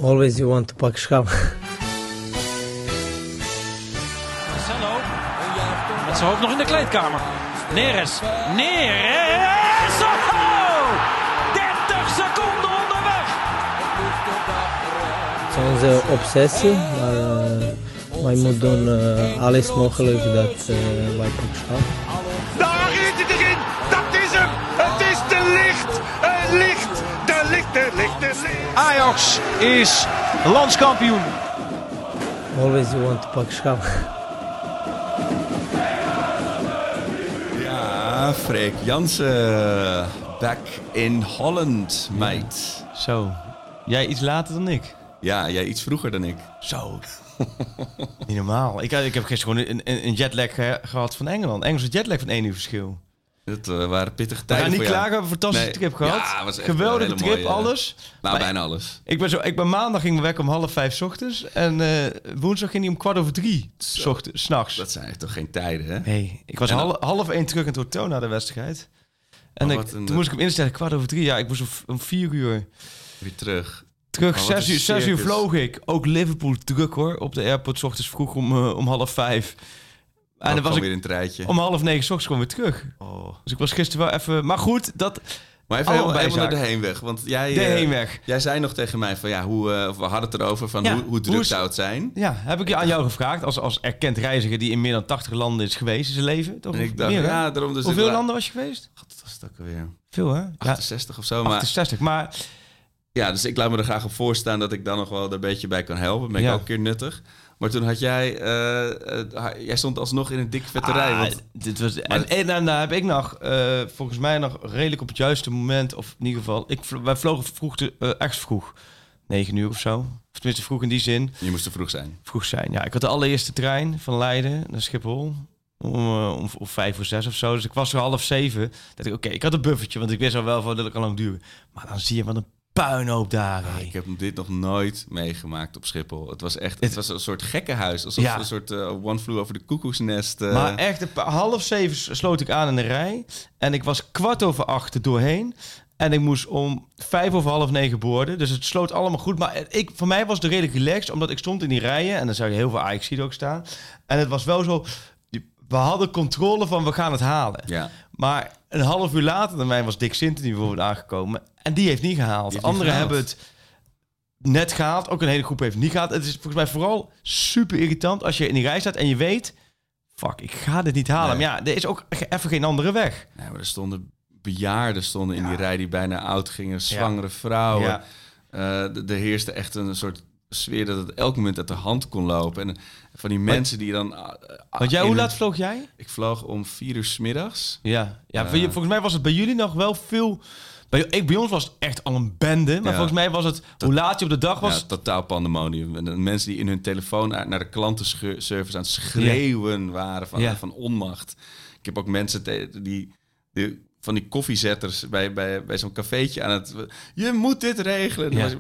Always you want to pak schap. Marcelo. Met zijn hoofd nog in de kleedkamer. Neres. Oh! 30 seconden onderweg. Het is onze obsessie, maar wij moeten doen alles mogelijk dat wij pak schap. Daar is het erin! Dat is hem! Het is de licht! Het licht! De licht! Ajax is landskampioen. Always you want to pak schap. Ja, Freek Jansen. Back in Holland, mate. Zo. Jij iets later dan ik. Ja, jij iets vroeger dan ik. Zo. Niet normaal. Ik heb gisteren gewoon een jetlag gehad van Engeland. Engelse jetlag van 1 uur verschil. Dat waren pittige We tijden gaan niet voor jou. klagen, we hebben een fantastische trip gehad. Ja, was echt geweldige een hele trip, mooie, alles. Nou, Maar bijna alles. Ik ben maandag ging we weg om 4:30 's ochtends. En woensdag ging hij om 2:15 s'nachts. Dat zijn toch geen tijden, hè? Hey, ik was En 1:30 terug in het hotel na de wedstrijd. En Oh, toen moest ik hem instellen, 2:15. Ja, ik moest om 4 uur Weer terug. terug. Oh, wat een 6 uur circus. vloog ik. Ook Liverpool terug hoor. Op de airport 's ochtends vroeg om 4:30. En dan was ik weer in het rijtje. om 8:30 's ochtends gewoon weer terug. Oh. Dus ik was gisteren wel even... Maar goed, dat... Maar even Allemaal helemaal naar de bijzaak. heenweg. Want jij, De heenweg. jij zei nog tegen mij van ja, we hadden het erover van Ja, hoe druk zou het zijn. Ja, heb ik je aan jou gevraagd. Als erkend reiziger die in meer dan 80 landen is geweest in zijn leven. Toch? En ik dacht, Meer, hè? ja, daarom dus. Hoeveel landen was je geweest? God, wat was het ook alweer? Veel, hè? 68 of zo. Maar 68. Maar ja, dus ik laat me er graag op voorstaan dat ik dan nog wel er een beetje bij kan helpen. Ben ik Ja. ook een keer nuttig. Maar toen had jij... jij stond alsnog in een dikke vette rij. Want, dit was, en daar heb ik nog, volgens mij nog redelijk op het juiste moment, of in ieder geval, wij vlogen vroeg, echt vroeg. 9 uur of zo. Of tenminste vroeg in die zin. je moest er vroeg zijn. Vroeg zijn. Ja, ik had de allereerste trein van Leiden naar Schiphol. Om 5:06 of zo. Dus ik was er 6:30. Dat ik, oké, ik had een buffertje, want ik wist al wel van dat ik al lang duren. Maar dan zie je wat een puinhoop daar. Hé. Ik heb dit nog nooit meegemaakt op Schiphol. Het was echt het was een soort gekkenhuis. Alsof Ja. een soort One Flew Over the Koekoeksnest. Maar echt, 6:30 sloot ik aan in de rij. En ik was 7:15 er doorheen. En ik moest om 8:55 boorden. Dus het sloot allemaal goed. Maar voor mij was het redelijk relaxed. Omdat ik stond in die rijen. En dan zag je heel veel Ajax ook staan. En het was wel zo... We hadden controle van we gaan het halen. Ja. Maar een half uur later dan mij was Dick Sinten die bijvoorbeeld aangekomen. En die heeft niet gehaald. Anderen hebben het net gehaald. Ook een hele groep heeft niet gehaald. Het is volgens mij vooral super irritant als je in die rij staat en je weet... Fuck, ik ga dit niet halen. Nee. Maar ja, er is ook even geen andere weg. Nee, maar er stonden bejaarden in die rij die bijna oud gingen. Zwangere vrouwen. Ja. Er heerste echt een soort sfeer dat het elk moment uit de hand kon lopen. En van die mensen die dan... Want jij, hoe laat vloog jij? Ik vloog om 4:00 's middags. Ja, volgens mij was het bij jullie nog wel veel... Bij ons was het echt al een bende. Maar Ja. volgens mij was het, hoe laat je op de dag was... Ja, totaal pandemonium. En de mensen die in hun telefoon naar de klantenservice aan het schreeuwen waren van onmacht. Ik heb ook mensen die van die koffiezetters bij zo'n cafeetje aan het... Je moet dit regelen. Ja.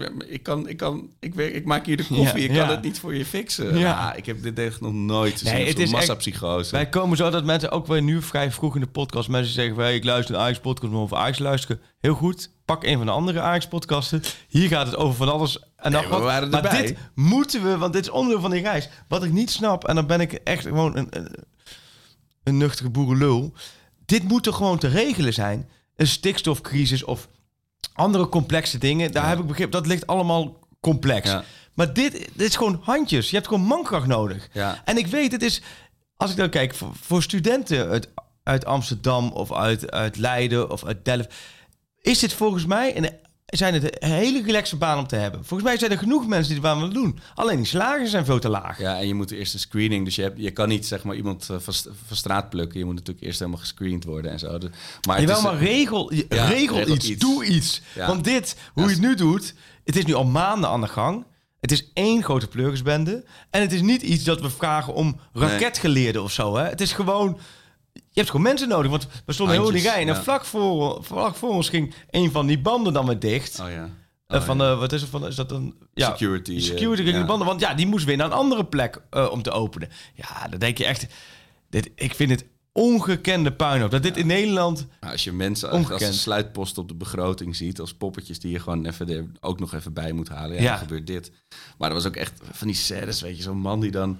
Ik maak hier de koffie. Ik kan Ja. het niet voor je fixen. Ja. Ja, ik heb dit echt nog nooit gezien. Nee, het is massapsychose. Wij komen zo dat mensen ook weer nu vrij vroeg in de podcast... mensen zeggen van, hey, ik luister naar Ajax-podcast... maar over Ajax luisteren. Heel goed. Pak een van de andere Ajax-podcasten. Hier gaat het over van alles en nog Nee, wat. we waren Maar erbij. dit moeten we, want dit is onderdeel van die reis. Wat ik niet snap, en dan ben ik echt gewoon een nuchtere boerenlul... dit moet er gewoon te regelen zijn. Een stikstofcrisis of andere complexe dingen. Daar heb ik begrepen, dat ligt allemaal complex. Ja. Maar dit is gewoon handjes. Je hebt gewoon mankracht nodig. Ja. En ik weet, het is... Als ik dan kijk, voor studenten uit Amsterdam of uit Leiden of uit Delft... is dit volgens mij... zijn het een hele relaxe baan om te hebben. Volgens mij zijn er genoeg mensen die de baan willen doen. Alleen die salaris zijn veel te laag. Ja, en je moet eerst een screening. Dus je kan niet zeg maar iemand van straat plukken. Je moet natuurlijk eerst helemaal gescreend worden en zo. Maar het Jawel, is, maar regel iets. Doe iets. Ja. Want dit, hoe je het nu doet... Het is nu al maanden aan de gang. Het is één grote pleurisbende. En het is niet iets dat we vragen om raketgeleerden of zo. Hè? Het is gewoon... Je hebt gewoon mensen nodig. Want we stonden heel in die rij. En ja. vlak voor ons ging een van die banden dan weer dicht. Oh ja. Wat is het van? Is dat een Security, Security ging ja. die banden. Want ja, die moest weer naar een andere plek om te openen. Ja, dan denk je echt. Ik vind het ongekende puinhoop. Dat dit in Nederland... Nou, als je mensen als een sluitpost op de begroting ziet, als poppetjes die je gewoon even ook nog even bij moet halen. Ja, dan gebeurt dit. Maar er was ook echt van die scènes, weet je, zo'n man die dan...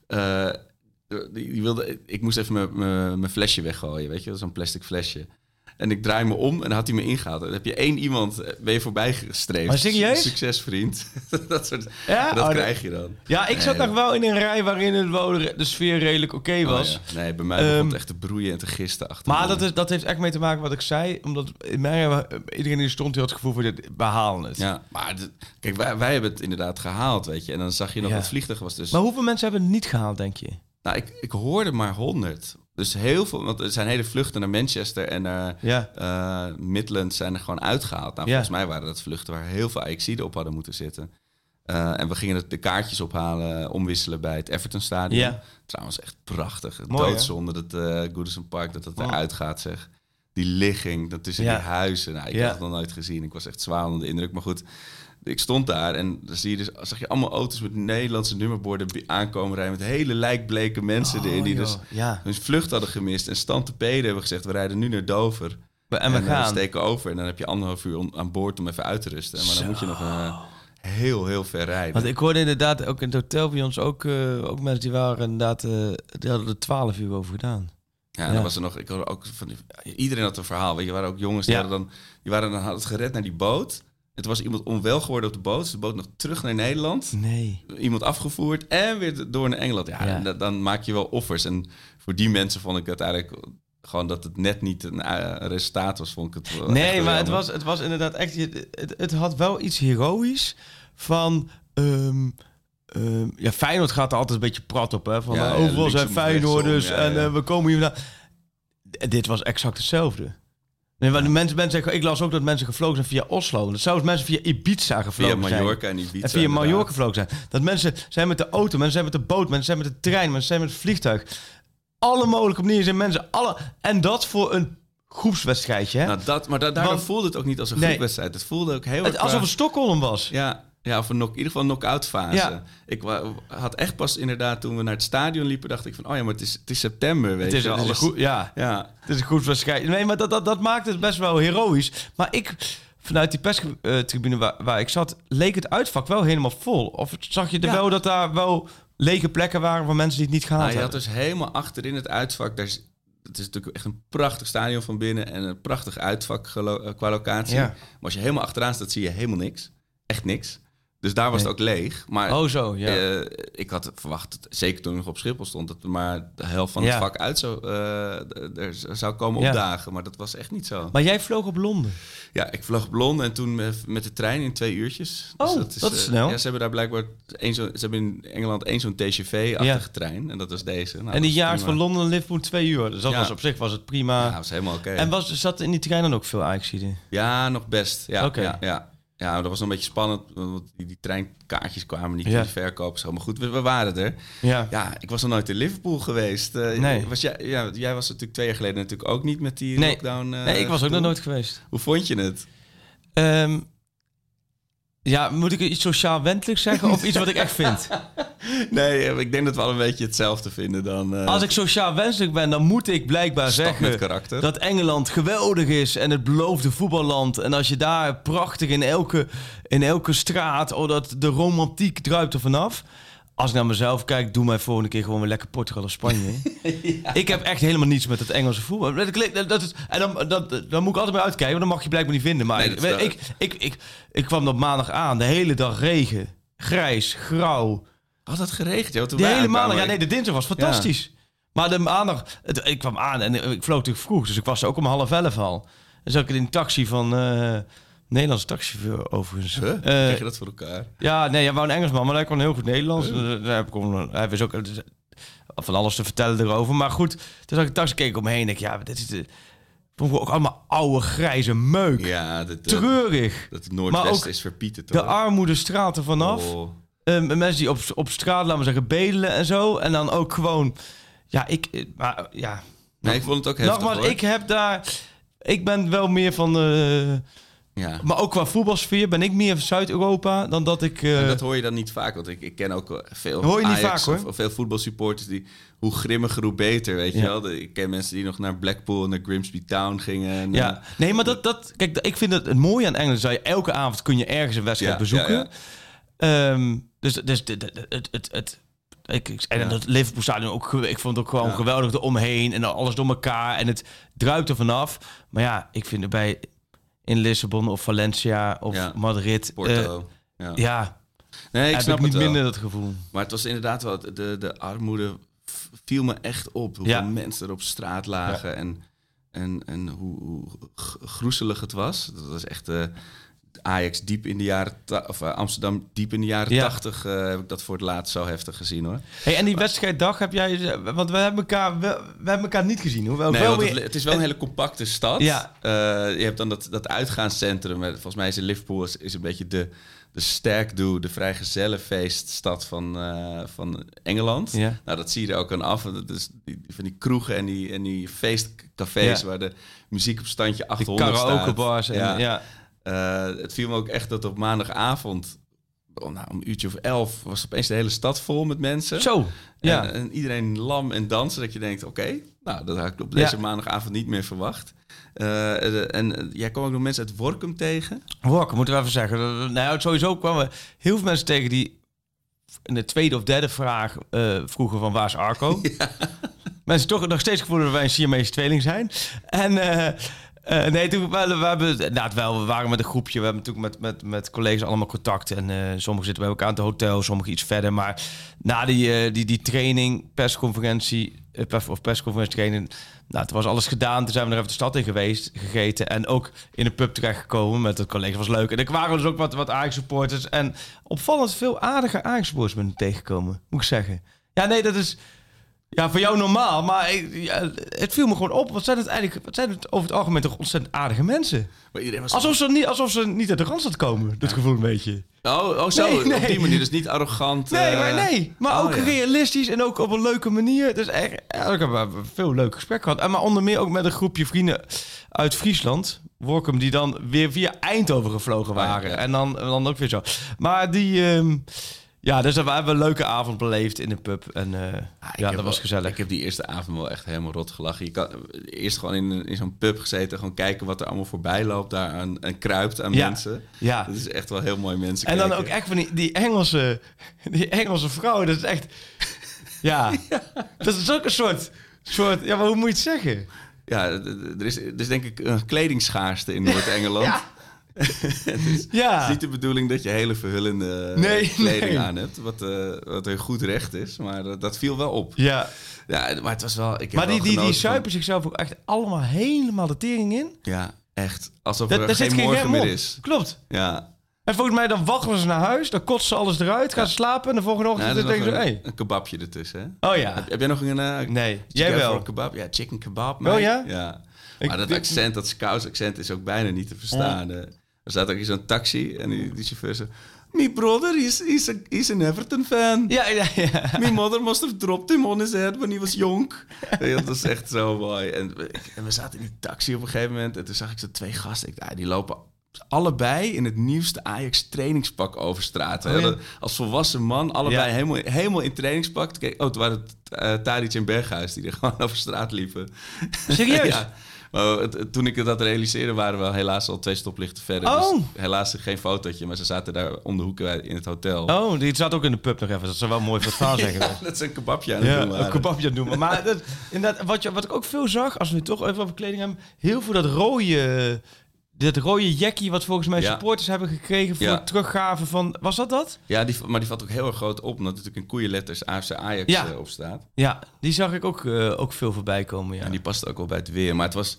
die wilde... Ik moest even mijn flesje weggooien, weet je, zo'n plastic flesje. En ik draai me om en dan had hij me ingehaald. Dan heb je 1 iemand, ben je voorbij gestreefd. Maar serieus? Succesvriend. dat ja? krijg je dan. Ja, ik zat nog wel in een rij waarin de sfeer redelijk oké was. Ja. Nee, bij mij begon het echt te broeien en te gisten achter. Maar dat heeft echt mee te maken wat ik zei. Omdat in mij, iedereen die stond, die had het gevoel van, we halen het. Ja, maar kijk, wij hebben het inderdaad gehaald, weet je. En dan zag je nog het vliegtuig was dus... Maar hoeveel mensen hebben het niet gehaald, denk je? Nou, ik hoorde maar 100. Dus heel veel, want er zijn hele vluchten naar Manchester en naar Midlands zijn er gewoon uitgehaald. Nou, volgens mij waren dat vluchten waar heel veel Ajaxiden op hadden moeten zitten. En we gingen de kaartjes ophalen, omwisselen bij het Everton Stadion. Ja. Trouwens, echt prachtig. Doodzonde dat Goodison Park dat eruit gaat, zeg. Die ligging, dat tussen die huizen. Nou, ik had het nog nooit gezien. Ik was echt zwaar onder de indruk. Maar goed, ik stond daar en dan zag je allemaal auto's met Nederlandse nummerborden aankomen rijden. Met hele lijkbleke mensen erin die dus hun vlucht hadden gemist. En stand te peden hebben gezegd, we rijden nu naar Dover. En we gaan. Steken over. En dan heb je 1,5 uur aan boord om even uit te rusten. Maar dan moet je nog heel, heel ver rijden. Want ik hoorde inderdaad ook in het hotel bij ons ook mensen die waren inderdaad, die hadden er 12 uur over gedaan. Ja, dan was er nog, ik hoorde ook van iedereen had een verhaal. Weet je, er waren ook jongens die hadden het gered naar die boot. Het was iemand onwel geworden op de boot. Dus de boot nog terug naar Nederland. Nee. Iemand afgevoerd en weer door naar Engeland. Ja. Dan maak je wel offers. En voor die mensen vond ik het eigenlijk gewoon dat het net niet een resultaat was. Vond ik het nee, maar het was inderdaad echt... Het had wel iets heroïs van... Feyenoord gaat er altijd een beetje prat op, hè? Van overal zijn Feyenoorders en we komen hier vandaan. Dit was exact hetzelfde. Nee, maar de mensen zeggen, ik las ook dat mensen gevlogen zijn via Oslo. Dat zouden mensen via Ibiza gevlogen zijn. Via Mallorca en Ibiza. En via Mallorca gevlogen zijn. Dat mensen zijn met de auto, mensen zijn met de boot, mensen zijn met de trein, mensen zijn met het vliegtuig. Alle mogelijke manieren zijn mensen. En dat voor een groepswedstrijdje. Hè? Nou, maar daarom voelde het ook niet als een groepswedstrijd. Het voelde ook heel erg... Alsof het Stockholm was. Ja, of in ieder geval een knock-out fase. Ja. Ik had echt pas inderdaad, toen we naar het stadion liepen, dacht ik van, maar het is september, weet je wel. Het is een goed waarschijnlijk. Nee, maar dat maakt het best wel heroïs. Maar vanuit die perstribune waar ik zat, leek het uitvak wel helemaal vol. Of zag je wel dat daar wel lege plekken waren van mensen die het niet gehaald hebben? Je had dus helemaal achterin het uitvak, het is natuurlijk echt een prachtig stadion van binnen en een prachtig uitvak qua locatie. Ja. Maar als je helemaal achteraan staat, zie je helemaal niks. Echt niks. Dus daar was het ook leeg. Maar ik had verwacht, zeker toen ik nog op Schiphol stond, dat er maar de helft van het vak uit zou komen opdagen. Maar dat was echt niet zo. Maar jij vloog op Londen? Ja, ik vloog op Londen en toen met de trein in 2 uurtjes. Oh, dus dat is snel. Ja, ze hebben daar blijkbaar ze hebben in Engeland 1 zo'n TGV-achtige trein. En dat was deze. Nou, en die jaart van Londen naar Liverpool 2 uur. Dus dat was op zich was het prima. Ja, dat was helemaal oké. En zat in die trein dan ook veel Ajaxiden? Ja, nog best. Ja, Ja, dat was nog een beetje spannend, want die treinkaartjes kwamen niet in de verkoop. Maar goed, we waren er. Ja, ik was nog nooit in Liverpool geweest. Nee. Jij was natuurlijk 2 jaar geleden natuurlijk ook niet met die lockdown. Nee, ik was ook nog nooit geweest. Hoe vond je het? Moet ik iets sociaal wenselijks zeggen of iets wat ik echt vind? Nee, ik denk dat we al een beetje hetzelfde vinden dan... Als ik sociaal wenselijk ben, dan moet ik blijkbaar zeggen dat Engeland geweldig is en het beloofde voetballand. En als je daar prachtig in elke straat, dat de romantiek druipt er vanaf. Als ik naar mezelf kijk, doe mij volgende keer gewoon weer lekker Portugal of Spanje. Ik heb echt helemaal niets met het Engelse voetbal. Dan moet ik altijd maar uitkijken, want dan mag je blijkbaar niet vinden. Maar ik kwam op maandag aan, de hele dag regen, grijs, grauw. Had het geregend? Joh, de hele maandag, de dinsdag was fantastisch. Ja. Maar de maandag, ik kwam aan en ik vloog natuurlijk vroeg, dus ik was er ook om 10:30 al. Dan zat ik in een taxi van... Nederlandse taxichauffeur overigens. Krijg je dat voor elkaar? Ja, hij wou een Engelsman, maar hij kon heel goed Nederlands. Hij wist ook van alles te vertellen erover. Maar goed, toen zag ik de taxi, keek om me heen en ik, dit is vond ik ook allemaal oude grijze meuk. Ja, treurig. Dat het Noordwesten is verpieterd. De armoede straalt er vanaf. Oh. Mensen die op straat, laten we zeggen, bedelen en zo. En dan ook gewoon... Nee, ik vond het ook heftig, nogmaals, ik ben wel meer van... Ja. Maar ook qua voetbalsfeer ben ik meer Zuid-Europa dan dat ik... En dat hoor je dan niet vaak, want ik ken ook veel hoor je niet Ajax vaak, hoor. of veel voetbalsupporters die hoe grimmiger, hoe beter, weet je wel. Ik ken mensen die nog naar Blackpool en naar Grimsby Town gingen. En, Ja, nee, maar kijk, ik vind het mooie aan Engeland is dat je elke avond kun je ergens een wedstrijd bezoeken. Dus dat Liverpool stadion ook, ik vond het ook gewoon geweldig eromheen en alles door elkaar en het druipt er vanaf. Maar ja, ik vind het in Lissabon of Valencia of Madrid, Porto. Nee, ik snap niet minder dat gevoel. Maar het was inderdaad wel de armoede viel me echt op hoeveel mensen er op straat lagen en hoe groezelig het was. Dat was echt Ajax diep in de jaren Amsterdam diep in de jaren 80 heb ik dat voor het laatst zo heftig gezien, hoor. Hey, en die wedstrijddag heb jij, want we hebben elkaar niet gezien, hoor. Het is wel een hele compacte stad. Ja. Je hebt dan dat uitgaanscentrum. Volgens mij is in Liverpool is een beetje de sterkdoe, de vrijgezellenfeeststad van Engeland. Ja. Nou, dat zie je er ook aan af. Dat is van die kroegen en die feestcafés waar de muziek op standje 800 staat. Karaokebars. Het viel me ook echt dat op maandagavond, om een uurtje of 11, was opeens de hele stad vol met mensen. Zo, ja. En iedereen lam en dansen, dat je denkt, oké, nou, dat had ik op deze maandagavond niet meer verwacht. En jij kwam ook nog mensen uit Workum tegen? Workum, moeten we even zeggen. Nou, sowieso kwamen we heel veel mensen tegen die in de tweede of derde vraag vroegen van waar is Arco? Ja. Mensen toch nog steeds gevoelen dat wij een Siamese tweeling zijn. En we waren met een groepje. We hebben natuurlijk met collega's allemaal contact. En sommigen zitten bij elkaar aan het hotel, sommigen iets verder. Maar na die training, persconferentie training, nou, toen was alles gedaan. Toen zijn we nog even de stad in geweest, gegeten. En ook in een pub terechtgekomen met de collega's. Was leuk. En er waren dus ook wat Ajax-supporters. En opvallend veel aardige Ajax-supporters ben ik tegengekomen, moet ik zeggen. Ja, nee, dat is... Ja, voor jou normaal, maar het viel me gewoon op. Wat zijn het over het algemeen toch ontzettend aardige mensen? Maar iedereen was alsof ze niet uit de Randstad komen, dat gevoel een beetje. Oh, zo, nee. Op die manier, dus niet arrogant. Maar ook realistisch en ook op een leuke manier. Dus echt, ik heb veel leuk gesprek gehad. Maar onder meer ook met een groepje vrienden uit Friesland, Workum, die dan weer via Eindhoven gevlogen waren. Ja. En dan ook weer zo. Maar die... dus we hebben een leuke avond beleefd in een pub. En dat was gezellig. Ik heb die eerste avond wel echt helemaal rot gelachen. Je kan eerst gewoon in zo'n pub gezeten. Gewoon kijken wat er allemaal voorbij loopt daar en kruipt aan mensen. Ja. Dat is echt wel heel mooi mensen en kijken. Dan ook echt van die Engelse vrouw. Dat is echt... Ja. Dat is ook een soort... Ja, maar hoe moet je het zeggen? Ja, er is denk ik een kledingschaarste in Noord-Engeland. Ja. Het is niet de bedoeling dat je hele verhullende kleding aan hebt. Wat een goed recht is. Maar dat viel wel op. Ja, maar het was wel... Maar die zuipen zichzelf ook echt allemaal helemaal de tering in. Ja, echt. Alsof er geen morgen meer is. Klopt. Ja. En volgens mij dan wachten ze naar huis. Dan kotsen ze alles eruit. Gaan ze slapen. En de volgende ochtend denken ze... Een kebabje ertussen, hè? Oh ja. Heb jij nog een... nee, jij wel. Een kebab? Ja, chicken kebab. Oh ja? Ja. Maar dat accent, dat Scouse accent is ook bijna niet te verstaan. Er zat ook in zo'n taxi en die chauffeur zei... My brother is an Everton fan. Ja. My mother must have dropped him on his head when he was young. Dat was echt zo mooi. En we zaten in die taxi op een gegeven moment. En toen zag ik zo 2 gasten. Die lopen allebei in het nieuwste Ajax trainingspak over straat. Oh, ja. Als volwassen man, allebei helemaal in trainingspak. Toen waren het Tadic en Berghuis die er gewoon over straat liepen. Serieus? Ja. Maar toen ik dat realiseerde, waren we helaas al 2 stoplichten verder. Oh. Dus helaas geen fotootje, maar ze zaten daar om de hoeken in het hotel. Oh, die zat ook in de pub nog even. Dat zou wel mooi voor het verhaal zeggen. Dat is een kebabje aan het doen. Een kebabje aan het doen. Maar inderdaad, wat ik ook veel zag, als we nu toch even over kleding hebben, heel veel dat rode jackie wat volgens mij supporters hebben gekregen voor het teruggave van... Was dat? Ja, maar die valt ook heel erg groot op, omdat er natuurlijk in koeienletters AFC Ajax op staat. Ja, die zag ik ook veel voorbij komen. Ja. En die past ook wel bij het weer. Maar het was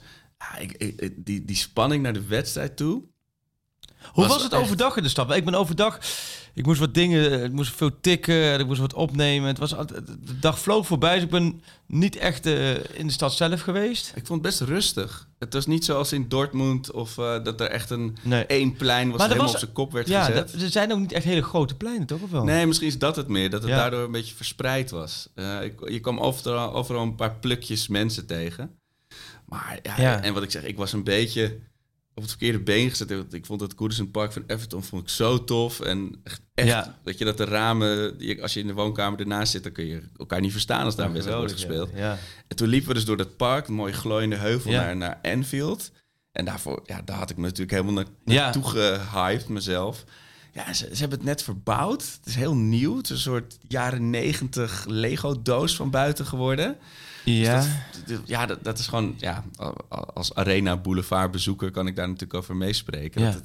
die spanning naar de wedstrijd toe. Hoe was het overdag in de stad? Ik ben overdag... Ik moest wat dingen... Ik moest veel tikken. Ik moest wat opnemen. De dag vloog voorbij. Dus ik ben niet echt in de stad zelf geweest. Ik vond het best rustig. Het was niet zoals in Dortmund of dat er echt één plein was helemaal op zijn kop werd gezet. Er zijn ook niet echt hele grote pleinen, toch? Of wel? Nee, misschien is dat het meer. Dat het daardoor een beetje verspreid was. Je kwam overal een paar plukjes mensen tegen. Maar en wat ik zeg, ik was een beetje... op het verkeerde been gezet. Ik vond het Goodison Park van Everton vond ik zo tof. En echt weet je, dat de ramen, als je in de woonkamer ernaast zit, dan kun je elkaar niet verstaan als daar een wedstrijd wordt gespeeld. Ja. En toen liepen we dus door dat park, een mooie glooiende heuvel naar Anfield. En daarvoor, daar had ik me natuurlijk helemaal naartoe gehyped mezelf. Ja, ze hebben het net verbouwd. Het is heel nieuw. Het is een soort jaren 90 Lego-doos van buiten geworden. Ja. Dus dat is gewoon... Ja, als Arena Boulevard bezoeker kan ik daar natuurlijk over meespreken. Ja.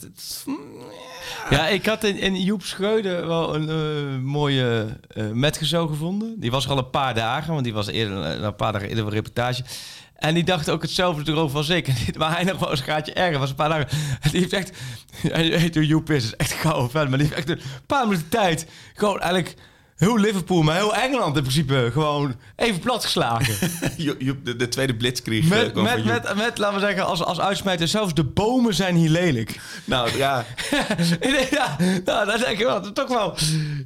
Ja, ik had in Joep Schreuder wel een mooie metgezel gevonden. Die was er al een paar dagen, want die was een paar dagen eerder een reportage. En die dacht ook hetzelfde erover als ik. Maar hij nog wel een graadje erger. Was een paar dagen. Die heeft echt... Hij heet Joep is echt een gouden fan. Maar die heeft echt een paar minuten tijd. Gewoon eigenlijk heel Liverpool, maar heel Engeland in principe. Gewoon even platgeslagen. De tweede blitzkrieg. Met, laten we zeggen, als uitsmijter. Zelfs de bomen zijn hier lelijk. Nou, ja. Dat denk ik wel. Dat is toch wel...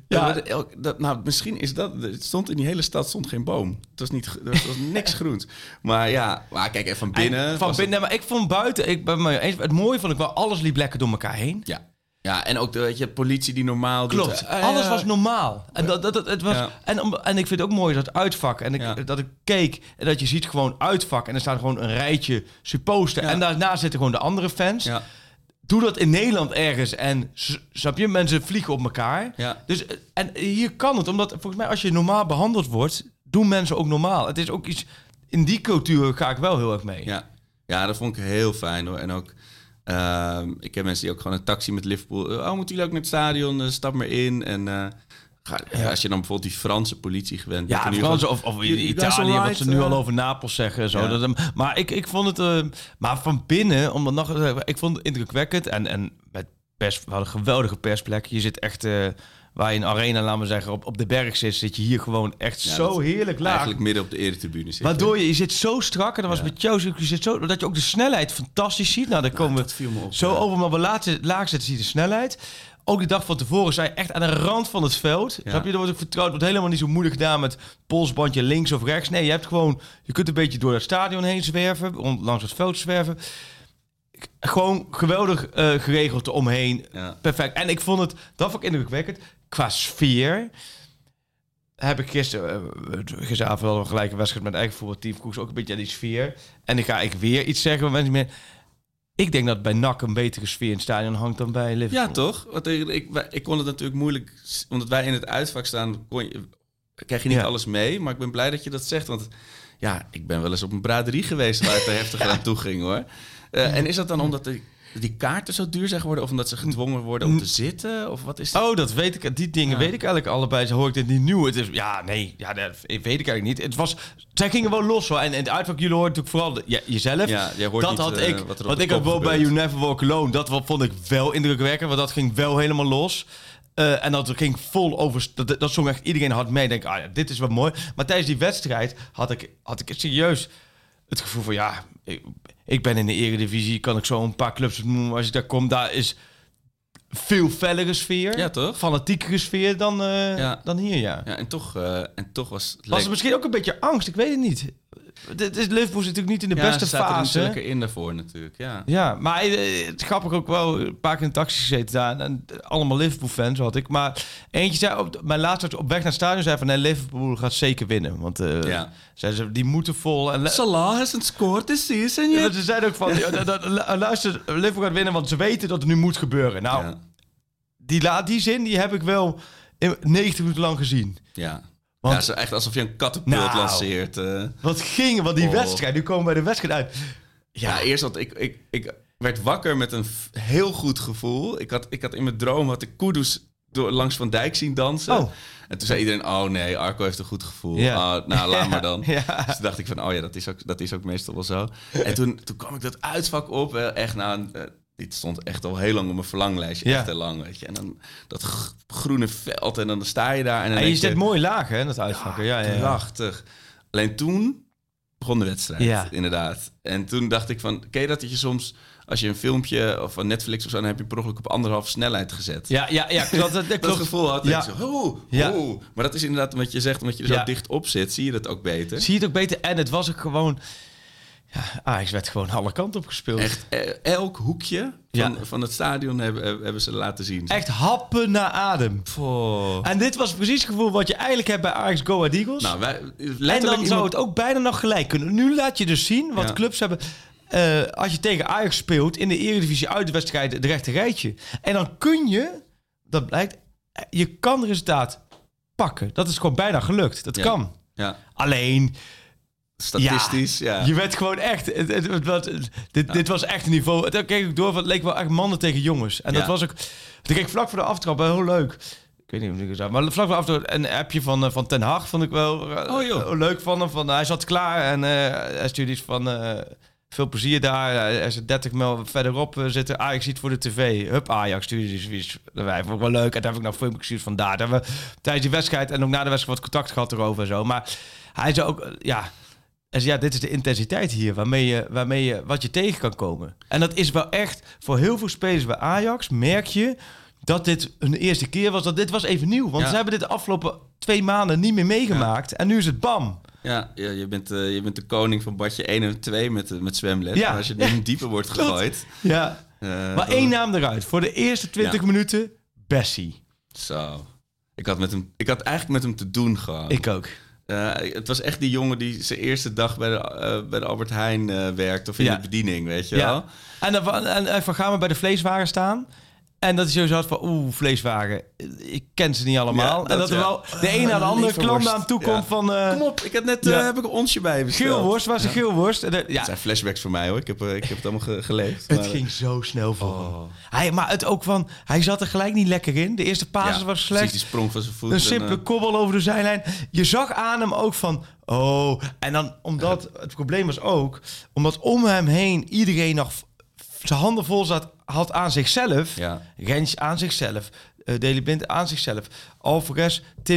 Ja. Misschien is dat... Het stond in die hele stad stond geen boom. Het was niks groens. Maar ja, kijk, even van binnen... Maar ik vond buiten... Het mooie vond ik wel, alles liep lekker door elkaar heen. Ja. Ja, en ook de politie die normaal doet. Klopt, alles was normaal. En, het was, en ik vind het ook mooi dat uitvak. En dat ik keek en dat je ziet gewoon uitvak. En er staat gewoon een rijtje supposten. Ja. En daarna zitten gewoon de andere fans. Ja. Doe dat in Nederland ergens. En snap je, mensen vliegen op elkaar. Ja. Dus, en hier kan het, omdat volgens mij als je normaal behandeld wordt, doen mensen ook normaal. Het is ook iets, in die cultuur ga ik wel heel erg mee. Ja, dat vond ik heel fijn hoor. En ook... ik heb mensen die ook gewoon een taxi met Liverpool... moeten jullie ook naar het stadion? Stap maar in. En als je dan bijvoorbeeld die Franse politie gewend bent... Ja, Franse of Italië, wat ze nu al over Napels zeggen. Zo. Ja. Maar ik vond het... maar van binnen, omdat nog, ik vond het indrukwekkend. En met we hadden een geweldige persplek. Je zit echt... waar je in Arena, laten we zeggen, op de berg zit je hier gewoon echt zo heerlijk laag. Eigenlijk midden op de eretribune zit. Waardoor je zit zo strak, en dat was met jou, je zit zo, dat je ook de snelheid fantastisch ziet. Nou, daar komen we zo over, maar we laag zitten, zie je de snelheid. Ook de dag van tevoren zei je echt aan de rand van het veld. Ja. Snap je, er wordt ook vertrouwd, wordt helemaal niet zo moeilijk gedaan met polsbandje links of rechts. Nee, je kunt een beetje door het stadion heen zwerven, langs het veld zwerven. Gewoon geweldig geregeld eromheen. Ja. Perfect. En ik vond het, dat vond ik indrukwekkend. Qua sfeer heb ik gisteravond wel een gelijke wedstrijd met eigen voetbalteam. Koos ook een beetje aan die sfeer. En dan ga ik weer iets zeggen. Maar mensen meer. Ik denk dat bij NAC een betere sfeer in het stadion hangt dan bij Liverpool. Ja, toch? Want ik kon het natuurlijk moeilijk, omdat wij in het uitvak staan, krijg je niet alles mee. Maar ik ben blij dat je dat zegt. Want ja, ik ben wel eens op een braderie geweest waar het er heftig aan toe ging, hoor. En is dat dan omdat die kaarten zo duur zijn geworden, of omdat ze gedwongen worden om te zitten? Of wat is dat? Oh, dat weet ik. Die dingen weet ik eigenlijk allebei. Zo hoor ik dit niet nieuw. Het is, dat weet ik eigenlijk niet. Zij gingen wel los hoor. En het uitvak, jullie horen natuurlijk vooral jezelf. Ja, jij hoort dat niet, had ik. Wat ik ook wel bij You Never Walk Alone. Dat vond ik wel indrukwekkend, want dat ging wel helemaal los. En dat ging vol over... Dat zong echt iedereen hard mee. Denk, dit is wel mooi. Maar tijdens die wedstrijd had ik serieus het gevoel van ik ben in de Eredivisie, kan ik zo een paar clubs noemen. Als ik daar kom, daar is veel fellere sfeer. Ja, toch? Fanatiekere sfeer dan hier, ja. Ja, en toch was... Was het misschien ook een beetje angst? Ik weet het niet. Liverpool zit natuurlijk niet in de beste fase. Ja, lekker in daarvoor natuurlijk, ja. Ja, maar het grappig ook wel een paar keer in de taxi gezeten daar. En allemaal Liverpool-fans had ik. Maar eentje zei, mijn laatste op weg naar het stadion, zei van nee, Liverpool gaat zeker winnen. Want ze die moeten vol. En Salah hasn't scored this season yet. Ja, ze zeiden ook van, luister, Liverpool gaat winnen, want ze weten dat het nu moet gebeuren. Nou, die zin die heb ik wel 90 minuten lang gezien. Ja. Want, zo echt alsof je een katapult lanceert. Want die wedstrijd, nu komen we bij de wedstrijd uit. Ja, eerst want ik werd wakker met een heel goed gevoel. Ik had in mijn droom had ik Kudus langs Van Dijk zien dansen. Oh. En toen zei iedereen, oh nee, Arco heeft een goed gevoel. Ja. Laat maar dan. Ja. Dus toen dacht ik van, dat is ook meestal wel zo. En toen kwam ik dat uitvak op, echt dit stond echt al heel lang op mijn verlanglijstje. Echt heel lang, weet je. En dan dat groene veld en dan sta je daar. En je zit mooi laag, hè, dat uitvakken. Ja, prachtig. Alleen toen begon de wedstrijd, inderdaad. En toen dacht ik van, ken je dat je soms, als je een filmpje of van Netflix of zo, dan heb je per ongeluk op 1,5 snelheid gezet. Ja. Dat gevoel had ik zo, Maar dat is inderdaad wat je zegt, omdat je er zo dicht op zit, zie je dat ook beter. Zie je het ook beter. En het was ook gewoon... Ja, Ajax werd gewoon alle kanten op gespeeld. Echt, elk hoekje van het stadion hebben ze laten zien. Echt happen naar adem. En dit was precies het gevoel wat je eigenlijk hebt bij Ajax Go Ahead Eagles. Nou, en dan zou het ook bijna nog gelijk kunnen. Nu laat je dus zien wat clubs hebben. Als je tegen Ajax speelt in de Eredivisie uitwedstrijden, de rechte rijtje. En dan kun je, dat blijkt, je kan resultaat pakken. Dat is gewoon bijna gelukt. Dat kan. Ja. Alleen... Statistisch, Je werd gewoon echt... Dit was echt een niveau... Daar keek ik door, want het leek wel echt mannen tegen jongens. En dat was ook... Toen kreeg ik vlak voor de aftrap, heel leuk. Ik weet niet hoe ik het zei, maar vlak voor de aftrap een appje van Ten Hag vond ik wel leuk van hem. Hij zat klaar en hij stuurde iets van... veel plezier daar. Hij zit 30 mijl verderop zitten. Ajax ziet voor de tv. Hup, Ajax stuurde iets. Dat vond ik wel leuk. En daar heb ik nog filmpjes gestuurd van daar. Daar hebben we tijdens die wedstrijd en ook na de wedstrijd wat contact gehad erover en zo. Maar hij zei ook... En zei, dit is de intensiteit hier, waarmee je wat je tegen kan komen. En dat is wel echt, voor heel veel spelers bij Ajax, merk je dat dit hun eerste keer was. Dat dit was even nieuw. Want ze hebben dit de afgelopen 2 maanden niet meer meegemaakt. Ja. En nu is het bam. Ja, je bent de koning van badje 1 en 2 met zwemles. Ja. Maar als je nu dieper wordt gegooid... Ja. Maar 1 naam eruit. Voor de eerste 20 minuten, Bessie. Zo. Ik had eigenlijk met hem te doen gewoon. Ik ook. Het was echt die jongen die zijn eerste dag bij de Albert Heijn werkt of in de bediening, weet je wel. En van gaan we bij de vleeswagen staan. En dat is sowieso had van, vleeswagen. Ik ken ze niet allemaal. En dat er wel de een naar de andere klant aan toe komt van... Kom op, ik heb net heb ik een onsje bij besteld. Geelworst, waar is een geelworst? Het zijn flashbacks voor mij hoor. Ik heb het allemaal geleefd. Het ging zo snel voor hem. Maar het ook van... Hij zat er gelijk niet lekker in. De eerste pases was slecht. Precies, die sprong van zijn voet. Een simpele kobbel over de zijlijn. Je zag aan hem ook van... En dan, omdat... Het probleem was ook... Omdat om hem heen iedereen nog... zijn handen vol had aan zichzelf. Ja. Rens aan zichzelf. Daley Blind aan zichzelf. Alvarez,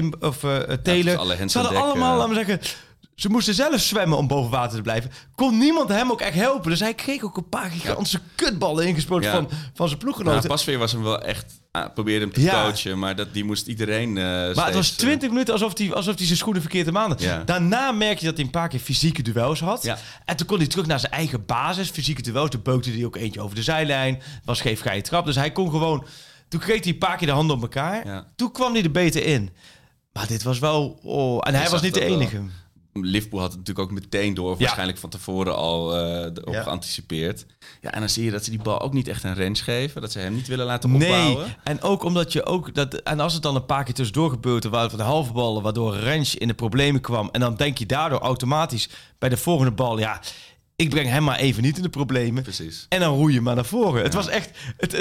Taylor. Ze hadden allemaal, laten we zeggen... Ze moesten zelf zwemmen om boven water te blijven. Kon niemand hem ook echt helpen. Dus hij kreeg ook een paar gigantische kutballen ingespoten van zijn ploeggenoten. Pasveer was hem wel echt... probeerde hem te coachen, maar die moest iedereen... maar het was 20 minuten alsof hij zijn schoenen verkeerd hem aan had. Ja. Daarna merk je dat hij een paar keer fysieke duels had. Ja. En toen kon hij terug naar zijn eigen basis. Fysieke duels, toen beukte hij ook eentje over de zijlijn. Was geen vrije trap. Dus hij kon gewoon... Toen kreeg hij een paar keer de handen op elkaar. Ja. Toen kwam hij er beter in. Maar dit was wel... En hij was niet de enige. Wel. Liverpool had het natuurlijk ook meteen door, waarschijnlijk van tevoren al op geanticipeerd. Ja, en dan zie je dat ze die bal ook niet echt een range geven, dat ze hem niet willen laten opbouwen. Nee, en ook omdat je ook en als het dan een paar keer tussendoor gebeurde, waren van de halve ballen, waardoor range in de problemen kwam, en dan denk je daardoor automatisch bij de volgende bal, ik breng hem maar even niet in de problemen. Precies. En dan roei je maar naar voren. Ja. Het was echt...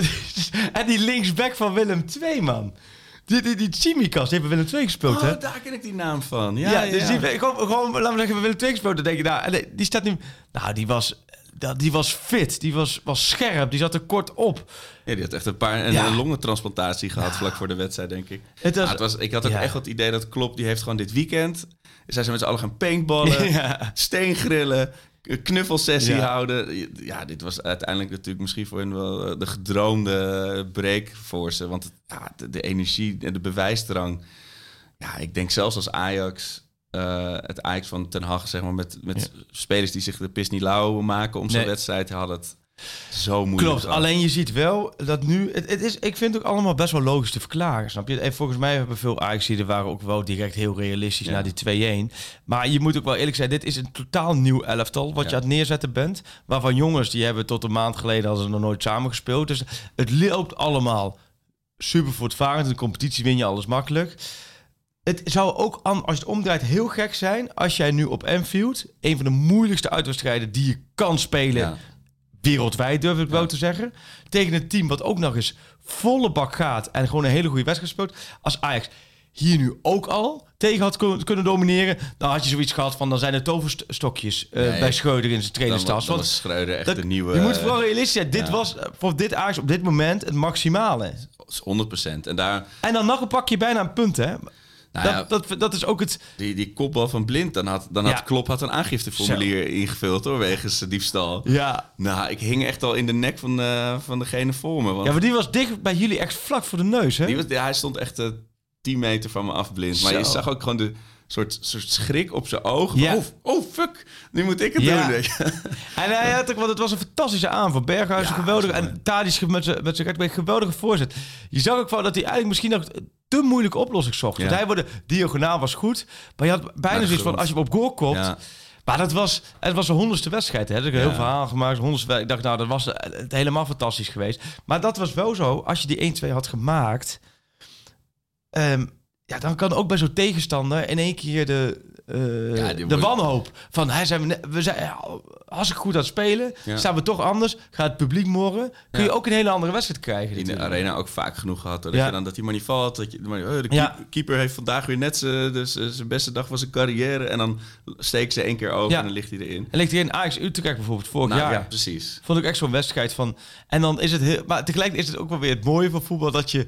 en die linksback van Willem II, man. Die Tsimikas heeft bij Willem II gespeeld, hè? Daar ken ik die naam van. Dus gewoon, laten we zeggen, bij Willem II gespeeld. Dan denk je, die staat nu... Nou, die was fit. Die was scherp. Die zat er kort op. Ja, die had echt een longentransplantatie gehad vlak voor de wedstrijd, denk ik. Ik had ook echt het idee dat Klopp, die heeft gewoon dit weekend... Zijn ze met z'n allen gaan paintballen, steengrillen... knuffelsessie houden. Ja, dit was uiteindelijk natuurlijk misschien voor hen wel de gedroomde break voor ze. Want de energie en de bewijsdrang. Ja, ik denk zelfs als Ajax, het Ajax van Ten Hag, zeg maar, met spelers die zich de pis niet lauw maken om zo'n wedstrijd, hadden het zo moeilijk. Klopt, alleen je ziet wel dat nu... ik vind het ook allemaal best wel logisch te verklaren, snap je? En volgens mij hebben veel Ajax-zieden waren ook wel direct heel realistisch naar die 2-1. Maar je moet ook wel eerlijk zijn, dit is een totaal nieuw elftal wat je aan het neerzetten bent. Waarvan jongens, die hebben tot een maand geleden hadden ze nog nooit samengespeeld. Dus het loopt allemaal super voortvarend. In de competitie win je alles makkelijk. Het zou ook, als je het omdraait, heel gek zijn als jij nu op Anfield, een van de moeilijkste uitwedstrijden die je kan spelen... wereldwijd, durf ik wel te zeggen. Tegen een team wat ook nog eens volle bak gaat... en gewoon een hele goede wedstrijd speelt. Als Ajax hier nu ook al tegen had kunnen domineren... dan had je zoiets gehad van... dan zijn er toverstokjes bij Schreuder in zijn trainerstas. Dan was Schreuder echt de nieuwe... Je moet vooral realistisch zijn. Dit was voor dit Ajax op dit moment het maximale. 100%. En dan nog een pakje bijna een punt, hè? Nou dat is ook het... Die kopbal van Blind, dan had Klopp een aangifteformulier ingevuld hoor, wegens diefstal. Ja. Nou, ik hing echt al in de nek van degene voor me. Want maar die was dicht bij jullie echt vlak voor de neus, hè? Hij stond echt 10 meter van me af, Blind. Maar je zag ook gewoon soort schrik op zijn ogen. Ja. Oh, fuck, nu moet ik het doen. Weet je. En hij had ook, want het was een fantastische aanval. Berghuizen geweldig. En Tadic met zijn rechterbeen geweldige voorzet. Je zag ook wel dat hij eigenlijk misschien nog te moeilijke oplossing zocht. Want hij wordt diagonaal was goed. Maar je had bijna zoiets van, als je hem op goal kopt... Ja. Maar het was een 100ste wedstrijd. Hè? Dat heb ik een heel verhaal gemaakt. 100ste, ik dacht, nou, dat was het helemaal fantastisch geweest. Maar dat was wel zo. Als je die 1-2 had gemaakt... dan kan ook bij zo'n tegenstander in één keer de wanhoop. Van, we zijn hartstikke goed aan het spelen. Ja. Staan we toch anders? Gaat het publiek morren? Kun je ook een hele andere wedstrijd krijgen. In de arena ook vaak genoeg gehad. Dat je dan dat hij maar niet valt. De keeper heeft vandaag weer net zijn beste dag van zijn carrière. En dan steekt ze 1 keer over en dan ligt hij erin. En ligt hij in Ajax-Utrecht bijvoorbeeld vorig jaar. Ja, precies. Vond ik echt zo'n wedstrijd van... En dan is het heel... Maar tegelijkertijd is het ook wel weer het mooie van voetbal dat je...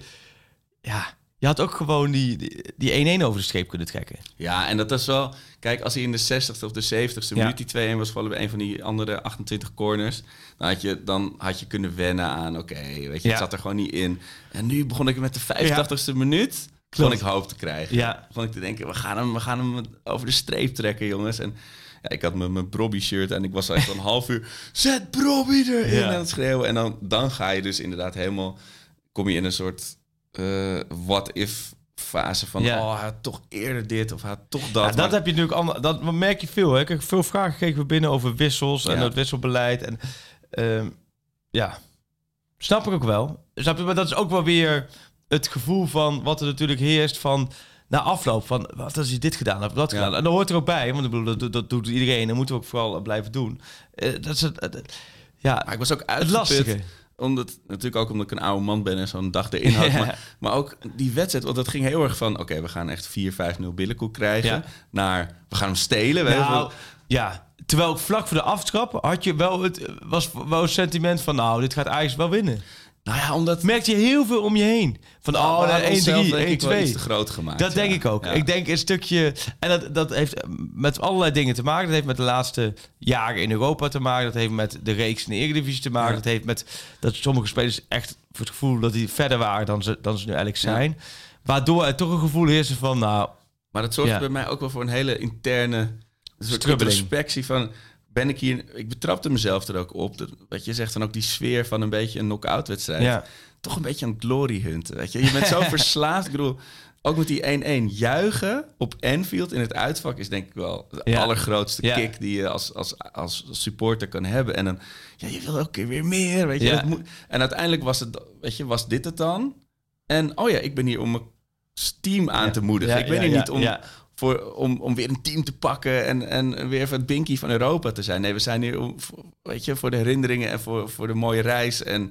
Je had ook gewoon die 1-1 over de streep kunnen trekken. Ja, en dat is wel... Kijk, als hij in de 60ste of de 70ste minuut die 2-1 was vallen bij een van die andere 28 corners... Dan had je kunnen wennen aan, weet je, het zat er gewoon niet in. En nu begon ik met de 85ste minuut... Begon ik hoop te krijgen. Ja. Begon ik te denken, we gaan hem over de streep trekken, jongens. En ik had mijn Brobby-shirt en ik was echt een half uur... Zet Brobby erin aan het schreeuwen. En dan ga je dus inderdaad helemaal... Kom je in een soort... what-if fase van... hij had toch eerder dit of hij had toch dat. Ja, dat heb je natuurlijk dat merk je veel. Hè? Ik heb veel vragen gekregen we binnen over wissels en het wisselbeleid. En snap ik ook wel. Snap je? Maar dat is ook wel weer het gevoel van wat er natuurlijk heerst van... Na afloop van, wat als je dit gedaan hebt, dat gedaan. En dat hoort er ook bij, want ik bedoel, dat doet iedereen. Dat moeten we ook vooral blijven doen. Dat is maar ik was ook uitgeput. Omdat ik een oude man ben en zo'n dag erin had. Maar ook die wedstrijd, want dat ging heel erg van... Oké, we gaan echt 4-5-0 billenkoek krijgen. Naar, we gaan hem stelen. Terwijl vlak voor de aftrap had je wel het sentiment van... Nou, dit gaat Ajax wel winnen. Nou ja, omdat... Merkte je heel veel om je heen. Van, 1-3, 1-2. Iets te groot gemaakt. Dat denk ik ook. Ja. Ik denk een stukje... En dat heeft met allerlei dingen te maken. Dat heeft met de laatste jaren in Europa te maken. Dat heeft met de reeks in de Eredivisie te maken. Ja. Dat heeft met dat sommige spelers echt voor het gevoel dat die verder waren dan ze nu eigenlijk zijn. Ja. Waardoor er toch een gevoel heerste van, nou... Maar dat zorgt bij mij ook wel voor een hele interne... soort introspectie van... Ben ik hier... Ik betrapte mezelf er ook op. Wat je zegt dan ook die sfeer van een beetje een knock-out wedstrijd. Ja. Toch een beetje een glory hunt. Weet je bent zo verslaafd. Ik bedoel, ook met die 1-1 juichen op Anfield in het uitvak is denk ik wel de allergrootste kick die je als supporter kan hebben. En dan, je wil ook weer meer. Weet je. Ja. En uiteindelijk was dit het dan. En ik ben hier om mijn team aan te moedigen. Ik ben hier niet om... Ja. Om weer een team te pakken en weer van het binkie van Europa te zijn. Nee, we zijn hier voor de herinneringen en voor de mooie reis. En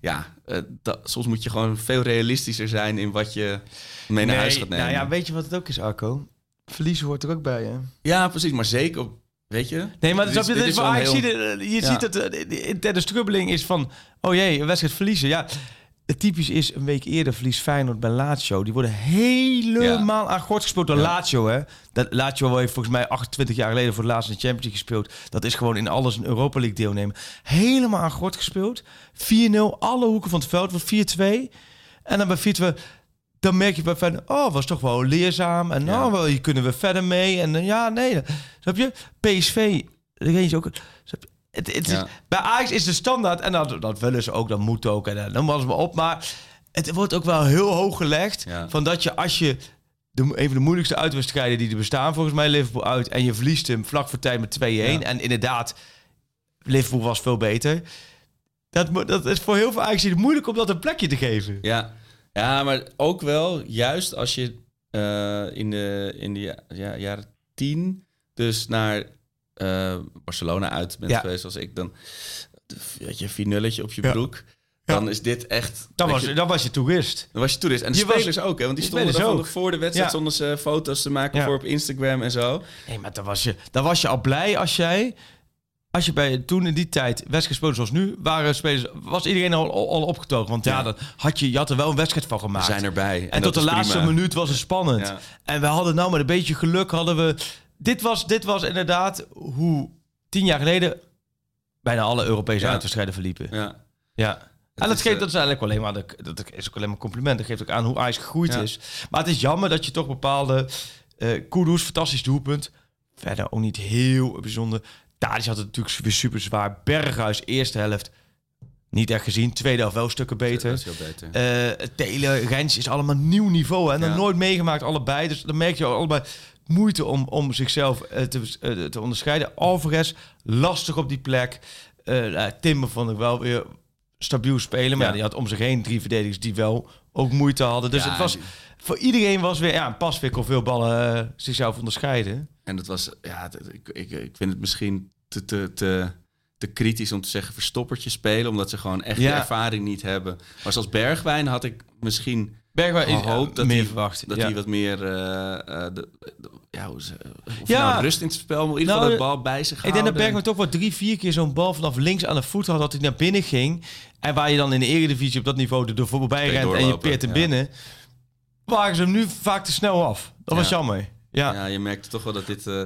soms moet je gewoon veel realistischer zijn in wat je mee naar huis gaat nemen. Nou ja, weet je wat het ook is, Arco? Verliezen hoort er ook bij, hè? Ja, precies. Maar zeker op... Weet je? Nee, maar dit is wel je ziet dat de interne strubbeling is van... Oh jee, een wedstrijd verliezen. Ja... Het typisch is, een week eerder verliest Feyenoord bij Lazio. Die worden helemaal aan gort gespeeld door Lazio. Hè? Lazio heeft volgens mij 28 jaar geleden voor de laatste Champions League gespeeld. Dat is gewoon in alles een Europa League deelnemen. Helemaal aan gort gespeeld. 4-0, alle hoeken van het veld. Wordt 4-2. En dan bij 4-2... Dan merk je bij Feyenoord... was toch wel leerzaam. En hier kunnen we verder mee. En snap je? PSV... Dat weet je ook... Bij Ajax is de standaard, en dat willen ze ook, dat moet ook, en dan was het maar op. Maar het wordt ook wel heel hoog gelegd, van dat je als je een van de moeilijkste uitwedstrijden die er bestaan, volgens mij Liverpool uit, en je verliest hem vlak voor tijd met 2-1, en inderdaad, Liverpool was veel beter. Dat is voor heel veel Ajax moeilijk om dat een plekje te geven. Ja, maar ook wel, juist als je in de jaren 10 dus naar... Barcelona uit bent geweest als ik, dan weet je, 4-0'tje op je broek. Dan is dit echt... Dan was je toerist. Dan was je toerist. En de spelers ook, hè? Want die stonden voor de wedstrijd zonder ze foto's te maken voor op Instagram en zo. Nee, maar dan was je al blij als je bij toen in die tijd wedstrijd speelde zoals nu, was iedereen al opgetogen. Want je had er wel een wedstrijd van gemaakt. We zijn erbij. En tot de laatste minuut was het spannend. Ja. En we hadden nou met een beetje geluk hadden we... Dit was inderdaad hoe 10 jaar geleden bijna alle Europese uitwedstrijden verliepen. Ja. En dat is eigenlijk alleen maar dat is ook alleen maar een compliment. Dat geeft ook aan hoe Ajax gegroeid is. Maar het is jammer dat je toch bepaalde Kudus, fantastisch doelpunt. Verder ook niet heel bijzonder. Tadic had het natuurlijk weer super zwaar. Berghuis, eerste helft, niet echt gezien. Tweede helft wel stukken beter. Dat is heel beter. Telen, Rens is allemaal nieuw niveau. En dan nooit meegemaakt, allebei. Dus dan merk je allebei moeite om zichzelf te onderscheiden. Alvarez, lastig op die plek. Timber vond ik wel weer stabiel spelen. Maar die had om zich heen 3 verdedigers die wel ook moeite hadden. Dus het was... Voor iedereen was weer een paswikkel, veel ballen zichzelf onderscheiden. En dat was, ik vind het misschien te kritisch om te zeggen verstoppertje spelen, omdat ze gewoon echt die ervaring niet hebben. Maar zoals Bergwijn had ik misschien gehoopt dat hij verwacht. Dat hij wat meer rust in het spel, in ieder geval de bal bij zich houden. Ik denk dat Bergwijn toch wel 3-4 keer zo'n bal vanaf links aan de voet had, dat hij naar binnen ging. En waar je dan in de Eredivisie op dat niveau er voorbij rent en je peert hem binnen, waren ze hem nu vaak te snel af. Dat was jammer. Ja, je merkte toch wel dat dit... er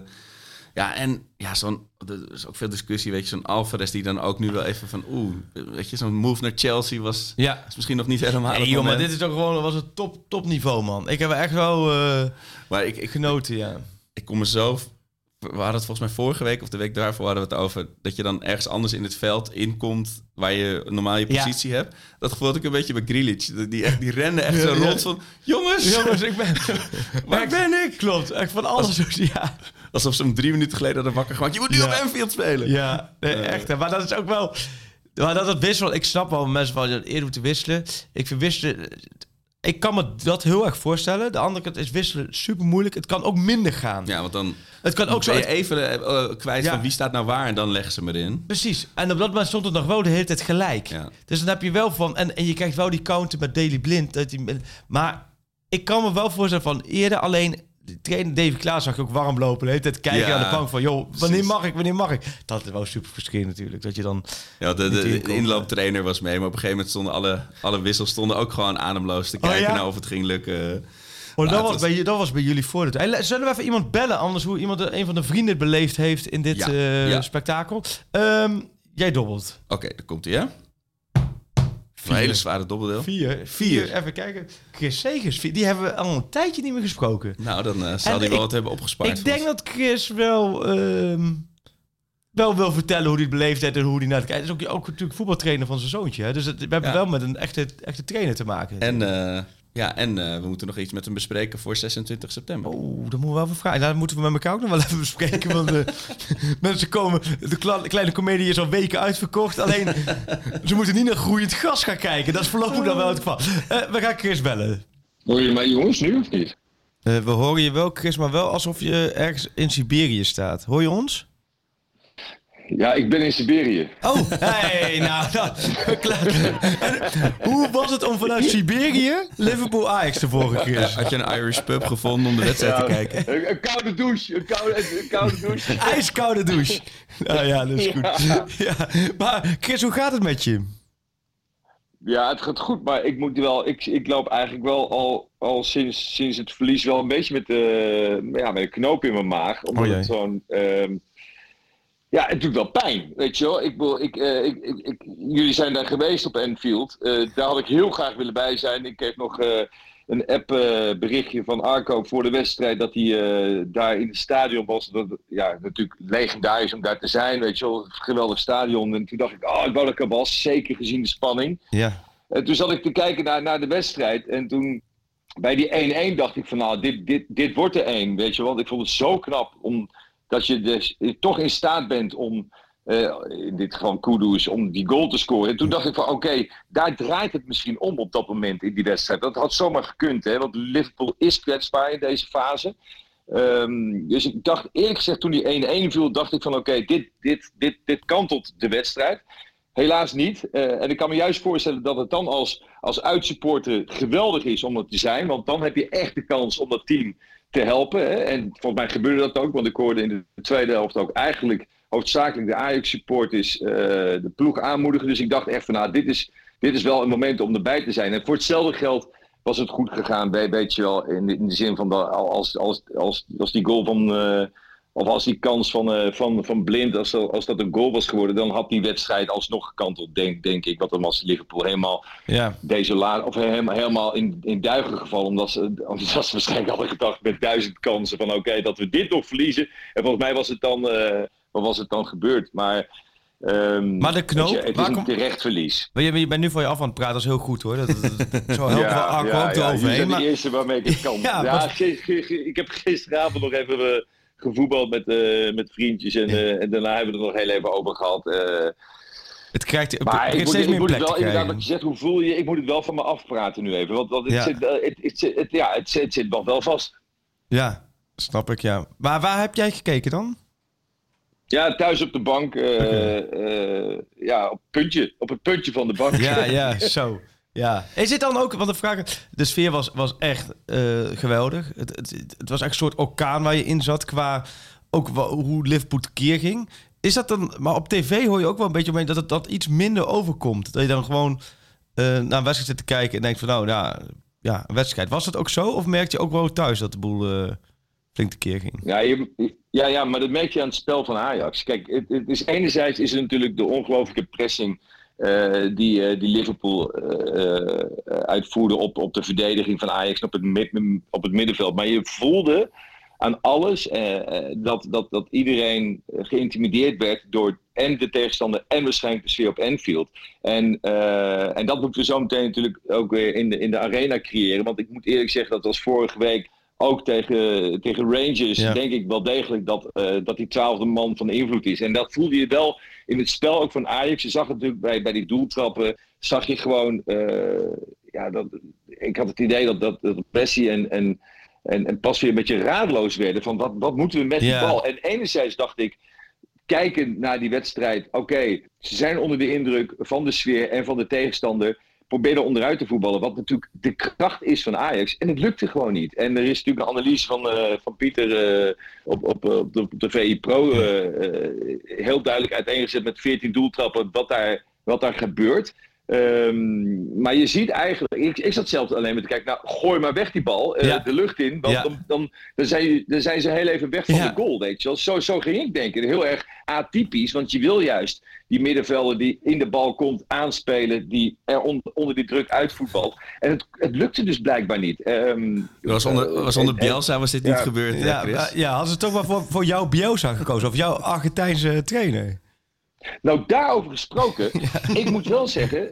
is ook veel discussie, weet je, zo'n Alvarez die dan ook nu wel even van, weet je, zo'n move naar Chelsea was misschien nog niet helemaal... Nee, maar dit is toch gewoon, was het topniveau, man. Ik heb echt wel ik genoten, Ik kon mezelf... We hadden het volgens mij vorige week of de week daarvoor hadden we het over dat je dan ergens anders in het veld inkomt waar je normaal je positie hebt. Dat gevoel had ik een beetje bij Grealish. Die rende echt zo rond van, jongens, ik ben... Waar ben ik? Klopt, echt van alles. Alsof ze hem 3 minuten geleden hadden wakker gemaakt. Je moet nu op Anfield spelen. Ja, echt. Maar dat is ook wel... Maar dat wisselen, ik snap wel mensen van eerder moeten wisselen. Ik vind wisselen... Ik kan me dat heel erg voorstellen. De andere kant is wisselen super moeilijk. Het kan ook minder gaan. Ja, want dan het kan ook ben je even kwijt van wie staat nou waar en dan leggen ze me erin. Precies. En op dat moment stond het nog wel de hele tijd gelijk. Ja. Dus dan heb je wel van... En je krijgt wel die counter met Daley Blind. Maar ik kan me wel voorstellen van eerder alleen... De trainer David Klaas zag je ook warm lopen. De hele tijd kijken aan de bank van... joh, wanneer mag ik? Dat is wel super verschillend natuurlijk. Dat je dan... Ja, de inlooptrainer was mee. Maar op een gegeven moment stonden alle wissels stonden ook gewoon ademloos te kijken naar of het ging lukken. Dat was bij jullie voordeel. Zullen we even iemand bellen? Anders hoe een van de vrienden het beleefd heeft in dit spektakel. Jij dobbelt. Oké, dan komt hij, hè? Een hele zware dobbeldeel. 4. Even kijken. Chris Segers, die hebben we al een tijdje niet meer gesproken. Nou, dan zal hij wel wat hebben opgespaard. Ik denk dat Chris wel wil vertellen hoe hij het beleefd heeft en hoe hij naar het kijkt. Hij is ook natuurlijk voetbaltrainer van zijn zoontje. Hè? Dus we hebben wel met een echte trainer te maken. En we moeten nog iets met hem bespreken voor 26 september. Oh, dat moeten we wel even vragen. Dat moeten we met elkaar ook nog wel even bespreken. Want mensen komen... De kleine comedie is al weken uitverkocht. Alleen, ze moeten niet naar groeiend gras gaan kijken. Dat is voorlopig dan wel het geval. We gaan Chris bellen. Hoor je mij jongens nu of niet? We horen je wel, Chris, maar wel alsof je ergens in Siberië staat. Hoor je ons? Ja, ik ben in Siberië. Oh, hey, hoe was het om vanuit Siberië Liverpool-Ajax te volgen, Chris? Had je een Irish pub gevonden om de wedstrijd te kijken? Een koude douche. Een koude douche. IJskoude douche. Nou ja, dat is goed. Ja. Maar Chris, hoe gaat het met je? Ja, het gaat goed, maar ik moet wel. Ik loop eigenlijk wel al sinds het verlies wel een beetje met een knoop in mijn maag. Omdat het zo'n... Ja, het doet wel pijn, weet je wel. Jullie zijn daar geweest op Anfield. Daar had ik heel graag willen bij zijn. Ik kreeg nog een app-berichtje van Arco voor de wedstrijd dat hij daar in het stadion was. Dat, natuurlijk legendarisch om daar te zijn, weet je wel. Geweldig stadion. En toen dacht ik, ik wou dat ik er was. Zeker gezien de spanning. Ja. Toen zat ik te kijken naar de wedstrijd. En toen bij die 1-1 dacht ik van, nou, dit wordt de 1, weet je wel. Want ik vond het zo knap dat je dus toch in staat bent om, in dit geval Kudus, om die goal te scoren. En toen dacht ik van oké, daar draait het misschien om op dat moment in die wedstrijd. Dat had zomaar gekund, hè, want Liverpool is kwetsbaar in deze fase. Dus ik dacht, eerlijk gezegd, toen die 1-1 viel, dacht ik van oké, dit kantelt de wedstrijd. Helaas niet. En ik kan me juist voorstellen dat het dan als uitsupporter geweldig is om het te zijn. Want dan heb je echt de kans om dat team te helpen. Hè? En volgens mij gebeurde dat ook. Want ik hoorde in de tweede helft ook eigenlijk hoofdzakelijk de Ajax-supporters de ploeg aanmoedigen. Dus ik dacht echt van dit is wel een moment om erbij te zijn. En voor hetzelfde geld was het goed gegaan. Weet je wel, in de zin van als die goal Of als die kans van Blind, als dat een goal was geworden, dan had die wedstrijd alsnog gekanteld, denk ik. Want dan was Liverpool helemaal desolaat, of helemaal in duigen gevallen. Omdat ze waarschijnlijk hadden gedacht met 1000 kansen van oké, dat we dit nog verliezen. En volgens mij was het dan gebeurd. Maar de knoop, het is een terecht verlies. Je bent nu van je af aan het praten, dat is heel goed hoor. Dat zo helpt wel Arco ook eroverheen. Dat is de eerste waarmee ik het kan. Ik heb gisteravond nog even gevoetbald met vriendjes en daarna hebben we er nog heel even over gehad. Het krijgt maar ik steeds meer moet plek het wel, te krijgen. Inderdaad, wat je zegt, hoe voel je? Ik moet het wel van me afpraten nu even. Want het zit nog wel vast. Ja, snap ik, ja. Maar waar heb jij gekeken dan? Ja, thuis op de bank. Op het puntje van de bank. Ja, zo. Ja. Is dit dan ook, want de sfeer was echt geweldig. Het was echt een soort orkaan waar je in zat qua ook hoe Liverpool tekeer ging. Is dat dan, maar op tv hoor je ook wel een beetje omheen dat het iets minder overkomt. Dat je dan gewoon naar een wedstrijd zit te kijken en denkt van een wedstrijd. Was dat ook zo? Of merkte je ook wel thuis dat de boel flink tekeer ging? Ja, maar dat merk je aan het spel van Ajax. Kijk, enerzijds is er natuurlijk de ongelooflijke pressing die Liverpool uitvoerde op de verdediging van Ajax en op het middenveld. Maar je voelde aan alles dat iedereen geïntimideerd werd door en de tegenstander en waarschijnlijk de sfeer op Anfield. En dat moeten we zo meteen natuurlijk ook weer in de arena creëren. Want ik moet eerlijk zeggen, dat was vorige week ook tegen Rangers, denk ik wel degelijk dat die 12e man van invloed is. En dat voelde je wel in het spel ook van Ajax. Je zag het natuurlijk bij die doeltrappen, zag je gewoon, ik had het idee dat Messi en pas weer een beetje radeloos werden van wat moeten we met die bal. En enerzijds dacht ik, kijken naar die wedstrijd, oké, ze zijn onder de indruk van de sfeer en van de tegenstander. Proberen onderuit te voetballen, wat natuurlijk de kracht is van Ajax. En het lukte gewoon niet. En er is natuurlijk een analyse van Pieter op de VI Pro heel duidelijk uiteengezet met 14 doeltrappen wat daar gebeurt. Maar je ziet eigenlijk, ik zat zelf alleen maar te kijken, nou gooi maar weg die bal de lucht in, want dan zijn ze heel even weg van de goal, weet je wel. Zo ging ik denken, heel erg atypisch, want je wil juist die middenvelder die in de bal komt aanspelen, die er onder die druk uitvoetbalt. En het lukte dus blijkbaar niet. Was onder Bielsa was dit niet gebeurd, Chris? Hadden ze toch wel voor jouw Bielsa gekozen, of jouw Argentijnse trainer? Nou, daarover gesproken, ik moet wel zeggen,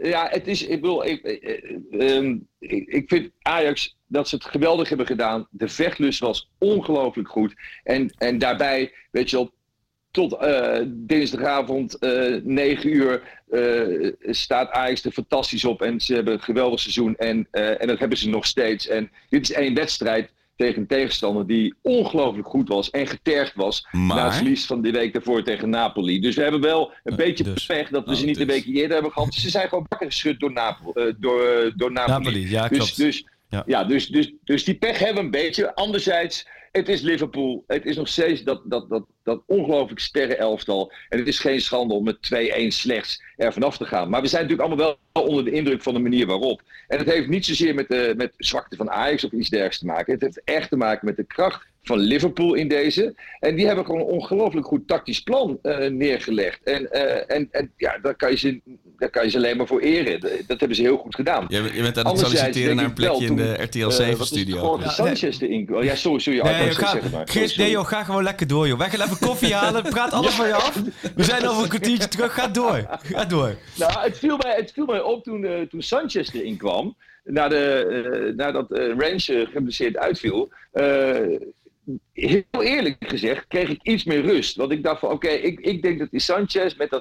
ik vind Ajax dat ze het geweldig hebben gedaan. De vechtlust was ongelooflijk goed. En daarbij, weet je wel, tot dinsdagavond 9 uur staat Ajax er fantastisch op. En ze hebben een geweldig seizoen en dat hebben ze nog steeds. En dit is 1 wedstrijd tegen een tegenstander die ongelooflijk goed was en getergd was na het verlies van de week daarvoor tegen Napoli. Dus we hebben wel een beetje pech dat we ze niet een week eerder hebben gehad. Ze zijn gewoon wakker geschud door Napoli. Ja, klopt. Dus die pech hebben we een beetje. Anderzijds, het is Liverpool. Het is nog steeds dat ongelooflijk sterrenelftal. En het is geen schande om met 2-1 slechts er vanaf te gaan. Maar we zijn natuurlijk allemaal wel onder de indruk van de manier waarop. En het heeft niet zozeer met zwakte van Ajax of iets dergelijks te maken. Het heeft echt te maken met de kracht van Liverpool in deze. En die hebben gewoon een ongelooflijk goed tactisch plan neergelegd. En daar kan je ze alleen maar voor eren. Dat hebben ze heel goed gedaan. Je bent aan het solliciteren naar een plekje in de RTL 7-studio. Sanchez erin. Ja, sorry. Ga gewoon lekker door, joh. Wij gaan even koffie halen. Praat alles van je af. We zijn over een kwartiertje terug. Ga door. Nou, het viel mij op toen Sanchez erin kwam. Nadat Range geblesseerd uitviel. Heel eerlijk gezegd kreeg ik iets meer rust. Want ik dacht van oké, ik denk dat die Sanchez met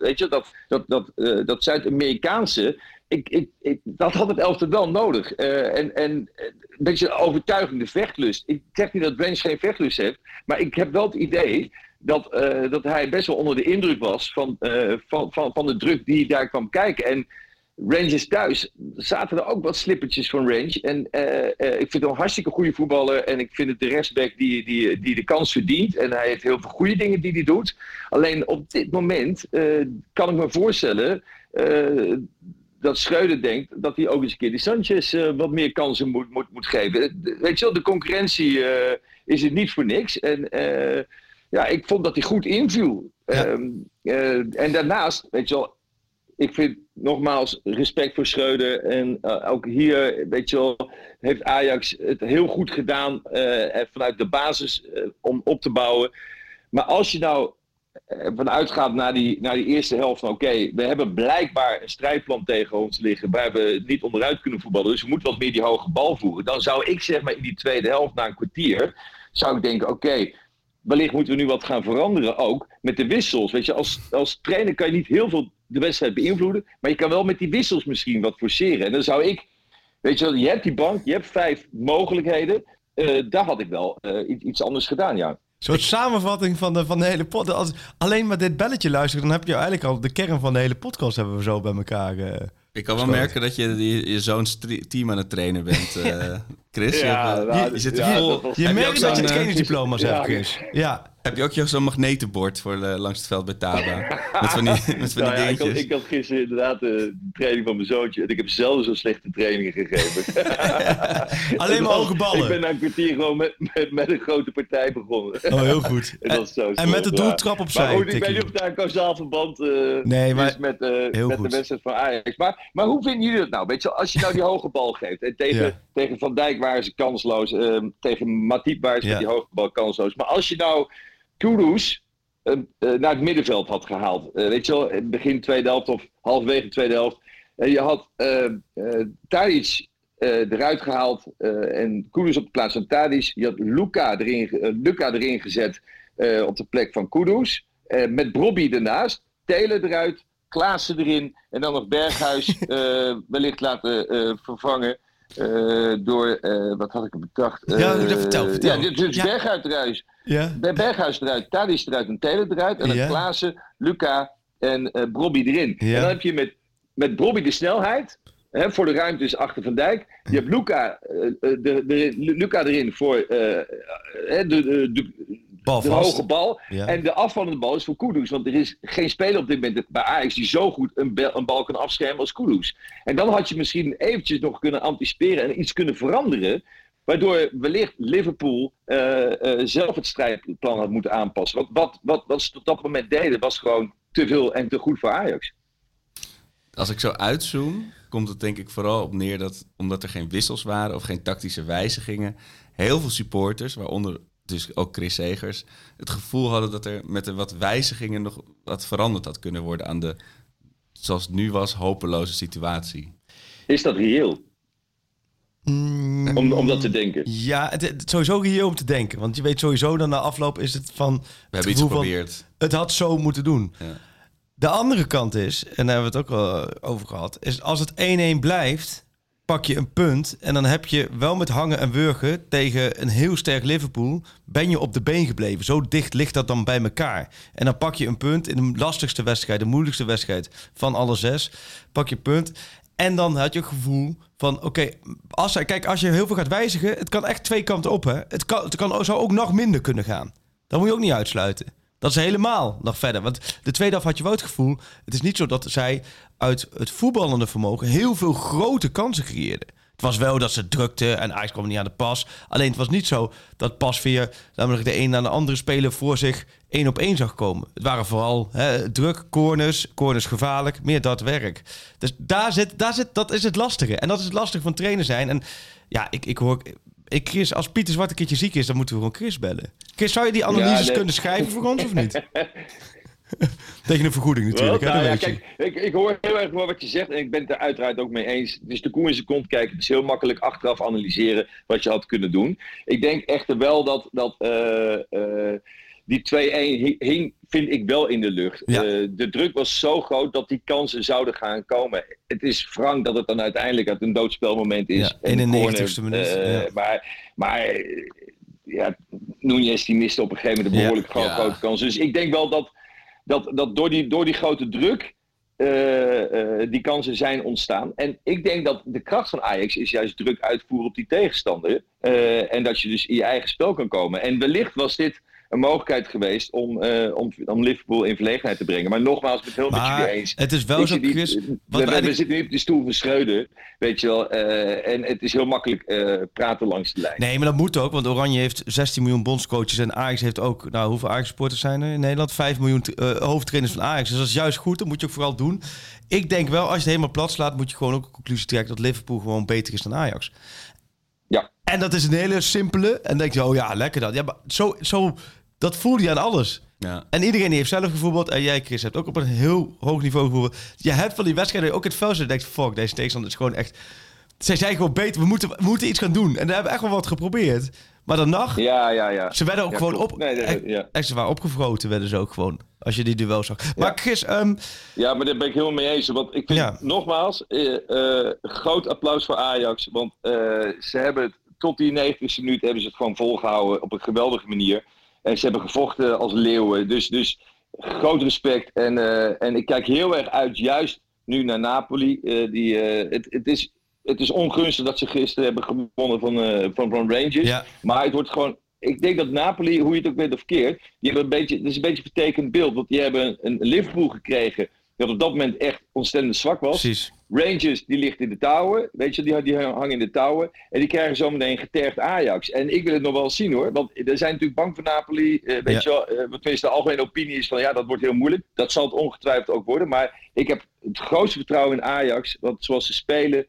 dat Zuid-Amerikaanse, dat had het elftal wel nodig. En een beetje overtuigende vechtlust. Ik zeg niet dat Range geen vechtlust heeft, maar ik heb wel het idee dat hij best wel onder de indruk was van de druk die daar kwam kijken. En Rangers thuis zaten er ook wat slippertjes van Range. En ik vind hem een hartstikke goede voetballer. En ik vind het de rechtsback die de kans verdient. En hij heeft heel veel goede dingen die hij doet. Alleen op dit moment kan ik me voorstellen dat Schreuder denkt dat hij ook eens een keer die Sanchez wat meer kansen moet geven. Weet je wel, de concurrentie is het niet voor niks. En ik vond dat hij goed inviel. Ja. En daarnaast, weet je wel, ik vind nogmaals respect voor Schreuder. En ook hier, weet je wel, heeft Ajax het heel goed gedaan vanuit de basis om op te bouwen. Maar als je nou vanuit gaat naar die eerste helft van oké, we hebben blijkbaar een strijdplan tegen ons liggen waar we niet onderuit kunnen voetballen. Dus we moeten wat meer die hoge bal voeren. Dan zou ik zeg maar in die tweede helft na een kwartier, zou ik denken oké, wellicht moeten we nu wat gaan veranderen ook met de wissels. Weet je, als trainer kan je niet heel veel de wedstrijd beïnvloeden, maar je kan wel met die wissels misschien wat forceren. En dan zou ik, weet je wel, je hebt die bank, je hebt 5 mogelijkheden. Daar had ik wel iets anders gedaan, ja. Een soort samenvatting van de hele podcast. Als alleen maar dit belletje luistert, dan heb je eigenlijk al de kern van de hele podcast hebben we zo bij elkaar. Ik kan wel merken dat je zoons team aan het trainen bent, Chris. Je zit er vol. Je merkt dat je trainingsdiploma's hebt, Chris. Ja. Heb je ook zo'n magnetenbord voor langs het veld bij Taba? Met van die dingetjes. Ik had gisteren inderdaad de training van mijn zoontje. En ik heb zelden zo'n slechte trainingen gegeven. Alleen maar hoge ballen. Ik ben na een kwartier gewoon met een grote partij begonnen. Oh, heel goed. En met de doeltrap opzij. Maar goed, ik weet niet of daar een kausaal verband is met de wedstrijd van Ajax. Maar hoe vinden jullie dat nou? Weet je, als je nou die hoge bal geeft. En tegen Van Dijk waren ze kansloos. Tegen Matip waren ze met die hoge bal kansloos. Maar als je nou Kudus naar het middenveld had gehaald. Weet je wel, begin tweede helft of halverwege tweede helft. Je had Tadic eruit gehaald en Kudus op de plaats van Tadic. Je had Luka erin gezet op de plek van Kudus. Met Brobby ernaast, Taylor eruit, Klaassen erin en dan nog Berghuis wellicht laten vervangen. Door, wat had ik bedacht? Vertel. Ja, dus Berghuis eruit. Ja. Berghuis eruit, Tadic eruit en Taylor eruit. En dan Klaassen, Luka en Brobby erin. Ja. En dan heb je met Brobby de snelheid. Voor de ruimtes achter Van Dijk. Je hebt Luka erin voor de hoge bal. Ja. En de afvallende bal is voor Kudus. Want er is geen speler op dit moment bij Ajax die zo goed een bal kan afschermen als Kudus. En dan had je misschien eventjes nog kunnen anticiperen en iets kunnen veranderen. Waardoor wellicht Liverpool zelf het strijdplan had moeten aanpassen. Want wat ze tot dat moment deden was gewoon te veel en te goed voor Ajax. Als ik zo uitzoom, komt het denk ik vooral op neer dat, omdat er geen wissels waren of geen tactische wijzigingen, heel veel supporters, waaronder dus ook Chris Segers, het gevoel hadden dat er met wat wijzigingen nog wat veranderd had kunnen worden aan de, zoals het nu was, hopeloze situatie. Is dat reëel? Om dat te denken. Ja, het is sowieso reëel om te denken. Want je weet sowieso dan na afloop is het van... We hebben iets geprobeerd. Het had zo moeten doen. Ja. De andere kant is, en daar hebben we het ook al over gehad, is als het 1-1 blijft, pak je een punt en dan heb je wel met hangen en wurgen tegen een heel sterk Liverpool, ben je op de been gebleven. Zo dicht ligt dat dan bij elkaar. En dan pak je een punt in de lastigste wedstrijd, de moeilijkste wedstrijd van alle 6, pak je een punt. En dan had je het gevoel van, oké, als je heel veel gaat wijzigen, het kan echt twee kanten op, hè. Zou ook nog minder kunnen gaan. Dat moet je ook niet uitsluiten. Dat is helemaal nog verder. Want de tweede helft had je wel het gevoel, het is niet zo dat zij uit het voetballende vermogen heel veel grote kansen creëerden. Het was wel dat ze drukten en Ajax kwam niet aan de pas. Alleen het was niet zo dat Pasveer namelijk de een naar de andere speler voor zich 1-op-1 zag komen. Het waren vooral druk, corners gevaarlijk, meer dat werk. Dus dat is het lastige. En dat is het lastige van trainer zijn. En ja, ik hoor... Chris, als Pieter Zwart een keertje ziek is, dan moeten we gewoon Chris bellen. Chris, zou je die analyses kunnen schrijven voor ons of niet? Tegen een vergoeding natuurlijk. Hè, ja, kijk, ik hoor heel erg wat je zegt en ik ben het er uiteraard ook mee eens. Het is de koe in zijn kont kijken. Het is heel makkelijk achteraf analyseren wat je had kunnen doen. Ik denk echter wel dat die 2-1 hing, vind ik wel in de lucht. Ja. De druk was zo groot dat die kansen zouden gaan komen. Het is wrang dat het dan uiteindelijk uit een doodspelmoment is. Ja, in de 90ste minuut. Maar Núñez die miste op een gegeven moment een behoorlijk grote kans. Dus ik denk wel dat door die grote druk die kansen zijn ontstaan. En ik denk dat de kracht van Ajax is juist druk uitvoeren op die tegenstander. En dat je dus in je eigen spel kan komen. En wellicht was dit een mogelijkheid geweest om Liverpool in verlegenheid te brengen. Maar nogmaals, ik ben het heel met jullie eens. Het is wel zo, Chris... We zitten nu op de stoel van Schreuder, weet je wel. En het is heel makkelijk praten langs de lijn. Nee, maar dat moet ook, want Oranje heeft 16 miljoen bondscoaches en Ajax heeft ook... Nou, hoeveel Ajax-supporters zijn er in Nederland? 5 miljoen hoofdtrainers van Ajax. Dus dat is juist goed, dat moet je ook vooral doen. Ik denk wel, als je het helemaal plat slaat, moet je gewoon ook een conclusie trekken dat Liverpool gewoon beter is dan Ajax. Ja. En dat is een hele simpele. En dan denk je, oh ja, lekker dat. Ja, maar zo dat voelde je aan alles. Ja. En iedereen die heeft zelf gevoetbald. En jij, Chris, hebt ook op een heel hoog niveau gevoetbald. Je hebt van die wedstrijden ook het veld zit en denkt, fuck, deze tegenstander is gewoon echt... Zij zijn gewoon beter, we moeten iets gaan doen. En daar hebben we echt wel wat geprobeerd. Maar dan nog, Ja. ze werden ook gewoon op... Ze waren opgevroten, werden ze ook gewoon. Als je die duel zag. Ja. Maar Chris... Ja, maar daar ben ik helemaal mee eens. Want ik vind, nogmaals, groot applaus voor Ajax. Want ze hebben het, tot die 90e minuut hebben ze het gewoon volgehouden op een geweldige manier. En ze hebben gevochten als leeuwen. Dus groot respect. En ik kijk heel erg uit, juist nu naar Napoli. Het is ongunstig dat ze gisteren hebben gewonnen van Rangers. Ja. Maar het wordt gewoon... Ik denk dat Napoli, hoe je het ook bent of verkeerd... Die hebben het is een beetje een vertekend beeld. Want die hebben een Liverpool gekregen... dat op dat moment echt ontzettend zwak was. Precies. Rangers, die ligt in de touwen. Weet je, die hangen in de touwen. En die krijgen zometeen getergd Ajax. En ik wil het nog wel zien, hoor. Want er zijn natuurlijk bang voor Napoli. Weet je wel, wat de algemene opinie is van... ja, dat wordt heel moeilijk. Dat zal het ongetwijfeld ook worden. Maar ik heb het grootste vertrouwen in Ajax. Want zoals ze spelen...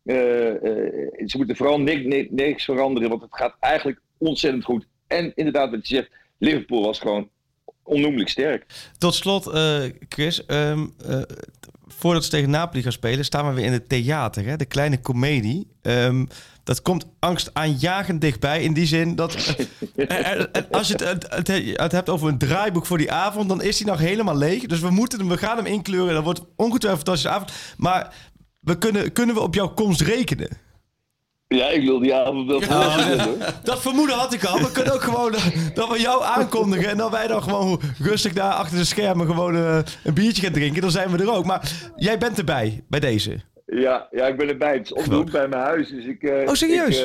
ze moeten vooral niks veranderen, want het gaat eigenlijk ontzettend goed. En inderdaad, wat je zegt, Liverpool was gewoon onnoemelijk sterk. Tot slot, Chris, voordat ze tegen Napoli gaan spelen, staan we weer in het theater, hè? De kleine komedie. Dat komt angstaanjagend dichtbij, in die zin dat als je het hebt over een draaiboek voor die avond, dan is die nog helemaal leeg. Dus we gaan hem inkleuren, dat wordt ongetwijfeld een fantastische avond. Maar kunnen we op jouw komst rekenen? Ja, ik wil die avond wel hoor. Dat vermoeden had ik al. We kunnen ook gewoon dat we jou aankondigen... en dat wij dan gewoon rustig daar achter de schermen... gewoon een biertje gaan drinken. Dan zijn we er ook. Maar jij bent erbij, bij deze. Ja, ik ben erbij. Het is om de hoek bij mijn huis. Dus oh, serieus?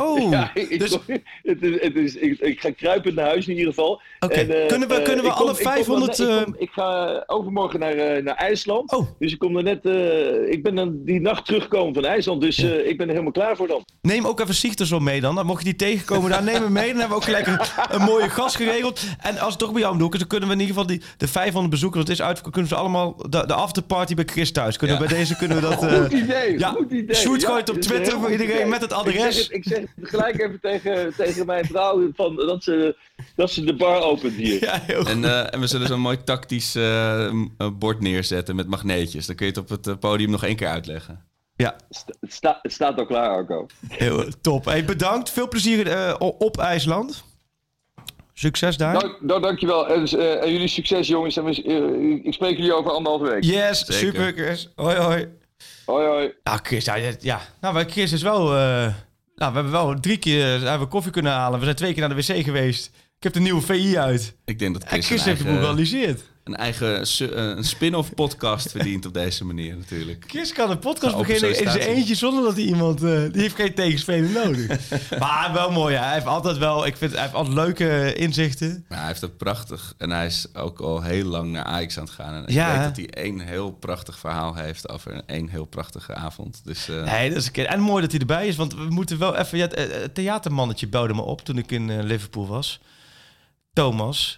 Ik ga kruipend naar huis in ieder geval. Okay. Kunnen we alle 500... Ik ga overmorgen naar IJsland. Oh. Dus ik kom er net... ik ben dan die nacht teruggekomen van IJsland. Dus ik ben er helemaal klaar voor dan. Neem ook even Sigtersson mee dan. Mocht je die tegenkomen, daar neem hem mee. Dan hebben we ook gelijk een mooie gast geregeld. En als het toch bij jou om de hoek is, dan kunnen we in ieder geval de 500 bezoekers... want het is uitverkocht, kunnen ze allemaal de afterparty bij Chris thuis. Bij deze kunnen we dat... Goed idee. Shoot gooit op Twitter voor iedereen met het adres. Ik zeg gelijk even tegen mijn vrouw van dat ze de bar opent hier. Ja, en we zullen zo'n mooi tactisch bord neerzetten met magneetjes. Dan kun je het op het podium nog 1 keer uitleggen. Ja. Het staat al klaar, Arco. Heel top. Hey, bedankt. Veel plezier op IJsland. Succes daar. Dankjewel. En jullie succes, jongens. En ik spreek jullie over 1,5 week. Yes, zeker. Super, Chris. Hoi. Hoi. Nou, Chris, ja. Nou, Chris is wel... we hebben wel 3 keer koffie kunnen halen. We zijn 2 keer naar de wc geweest. Ik heb de nieuwe VI uit. Ik denk dat Chris heeft het gerealiseerd. Een eigen een spin-off podcast verdient op deze manier natuurlijk. Chris kan een podcast beginnen in zijn eentje zonder dat hij iemand... die heeft geen tegenspeler nodig. Maar wel mooi, hij heeft altijd wel... Ik vind hij heeft altijd leuke inzichten. Ja, hij heeft het prachtig. En hij is ook al heel lang naar Ajax aan het gaan. En ik weet dat hij 1 heel prachtig verhaal heeft over 1 heel prachtige avond. Dus, nee, dat is en mooi dat hij erbij is, want we moeten wel even... Ja, het theatermannetje belde me op toen ik in Liverpool was. Thomas...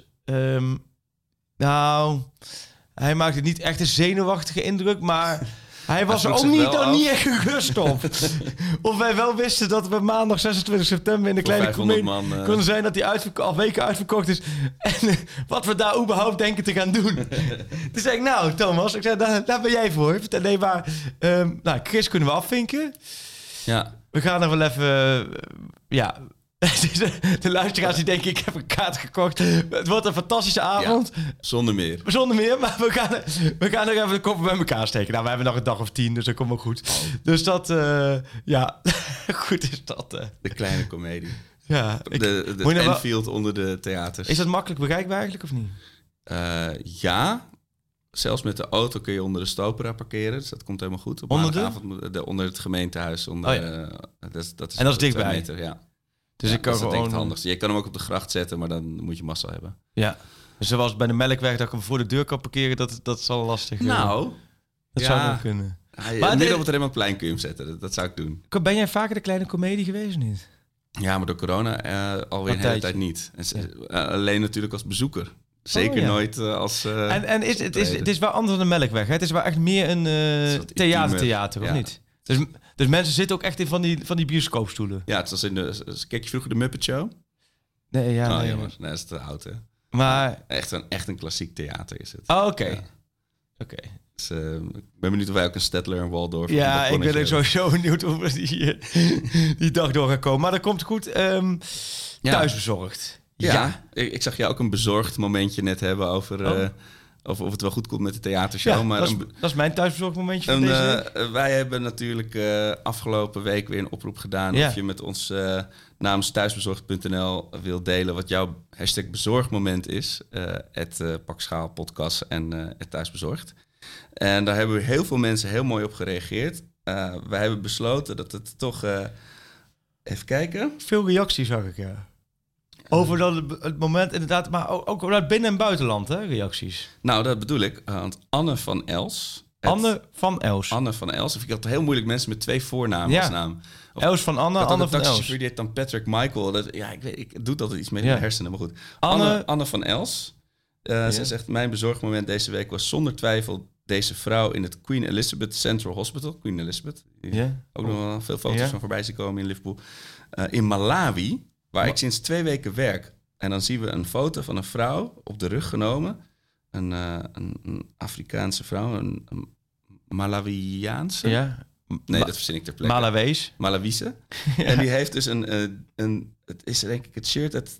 Nou, hij maakte niet echt een zenuwachtige indruk, maar hij was er ook niet echt gerust op. Of wij wel wisten dat we maandag 26 september in de kleine comedie konden zijn dat hij al weken uitverkocht is. En wat we daar überhaupt denken te gaan doen. Toen zei ik, nou Thomas, daar ben jij voor. Nee, maar Chris kunnen we afvinken. Ja. We gaan er wel even... De luisteraars die denken, ik heb een kaart gekocht. Het wordt een fantastische avond. Ja, zonder meer, maar we gaan er even de koppen bij elkaar steken. Nou, we hebben nog een dag of 10, dus dat komt wel goed. Dus dat, goed is dat. De kleine komedie. Ja. De Anfield onder de theaters. Is dat makkelijk bereikbaar eigenlijk, of niet? Ja. Zelfs met de auto kun je onder de Stopera parkeren. Dus dat komt helemaal goed. Op maandagavond onder het gemeentehuis. Dat is en dat is dichtbij? Meter, ja. Dus ik kan dat is gewoon... het handigste. Je kan hem ook op de gracht zetten, maar dan moet je massa hebben. Ja. Dus zoals bij de Melkweg dat ik hem voor de deur kan parkeren, dat zal lastig. Dat zou wel kunnen. Maar midden op het Rembrandtplein kun je hem zetten. Dat zou ik doen. Ben jij vaker de kleine komedie geweest, niet? Ja, maar door corona alweer een hele tijd niet. Alleen natuurlijk als bezoeker. Zeker nooit als... En het is wel anders dan de Melkweg. Hè? Het is wel echt meer een theater, of niet? Dus mensen zitten ook echt in van die bioscoopstoelen. Ja, het was kijk je vroeger de Muppet Show? Nee, jongens. Nee, dat is te oud, hè? Maar... Echt een klassiek theater is het. Oh, oké. Dus, ik ben benieuwd of wij ook een Stedtler en Waldorf... Ja, ik ben ook sowieso benieuwd of we die dag door gaan komen. Maar dat komt goed. Thuisbezorgd. Ja. Ik zag jou ook een bezorgd momentje net hebben over of het wel goed komt met de theatershow. Ja, maar dat is mijn thuisbezorgd momentje van deze week. Wij hebben natuurlijk afgelopen week weer een oproep gedaan... of je met ons namens thuisbezorgd.nl wil delen... wat jouw #bezorgmoment is. Pak Schaal podcast en thuisbezorgd. En daar hebben heel veel mensen heel mooi op gereageerd. Wij hebben besloten dat het toch... even kijken. Veel reacties zag ik, ja. Over het moment inderdaad, maar ook uit binnen- en buitenland, hè, reacties. Nou, dat bedoel ik. Want Anne van Els. Anne van Els. Ik had heel moeilijk mensen met 2 voornamen als naam. Els van Anne, Anne van Els. Die heet dan Patrick Michael. Ik doe altijd iets met mijn hersenen, maar goed. Anne van Els. Zij zegt, mijn bezorgmoment deze week was zonder twijfel deze vrouw in het Queen Elizabeth Central Hospital. Queen Elizabeth. Ook nog wel veel foto's van voorbij zien komen in Liverpool. In Malawi, waar ik sinds 2 weken werk. En dan zien we een foto van een vrouw op de rug genomen. Een Afrikaanse vrouw, een Malawiaanse. Ja. Nee, dat verzin ik ter plekke. Malawiese. Ja. En die heeft dus het is denk ik het shirt uit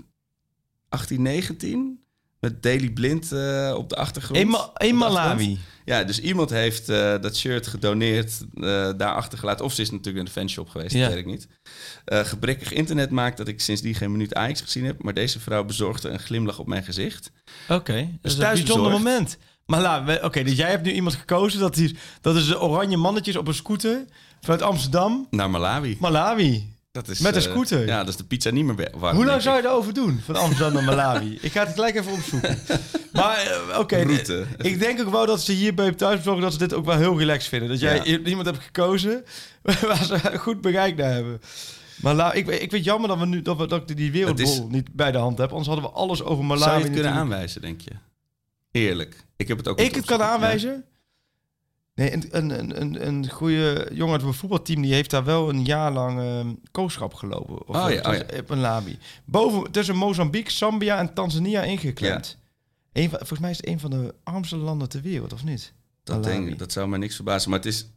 1819... met Daily Blind op de achtergrond. In Malawi. Ja, dus iemand heeft dat shirt gedoneerd, daar achtergelaten. Of ze is natuurlijk in de fanshop geweest, dat weet ik niet. Gebrekkig internet maakt dat ik sindsdien geen minuut Ajax gezien heb. Maar deze vrouw bezorgde een glimlach op mijn gezicht. Oké, dat is een bijzonder moment. Maar dus jij hebt nu iemand gekozen. Dat is de oranje mannetjes op een scooter vanuit Amsterdam. Naar Malawi. Dat is, met een scooter? Ja, dat is de pizza niet meer warm. Hoe lang zou je daarover doen? Van Amsterdam naar Malawi? Ik ga het gelijk even opzoeken. Maar route. Ik denk ook wel dat ze hier bij Thuisbezorgd dat ze dit ook wel heel relaxed vinden. Dat jij iemand hebt gekozen waar ze goed bereik naar hebben. Maar ik vind het jammer dat we nu dat ik die wereldbol niet bij de hand heb. Anders hadden we alles over Malawi. Zou je het kunnen aanwijzen, denk je? Eerlijk. Ik heb het ook. Ik het kan aanwijzen? Ja. Nee, een goede jongen uit een voetbalteam die heeft daar wel een jaar lang kooschap gelopen. Op een Malawi. Tussen Mozambique, Zambia en Tanzania ingeklemd. Ja. Volgens mij is het een van de armste landen ter wereld, of niet? Dat zou mij niks verbazen. Maar het is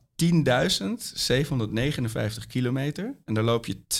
10.759 kilometer. En daar loop je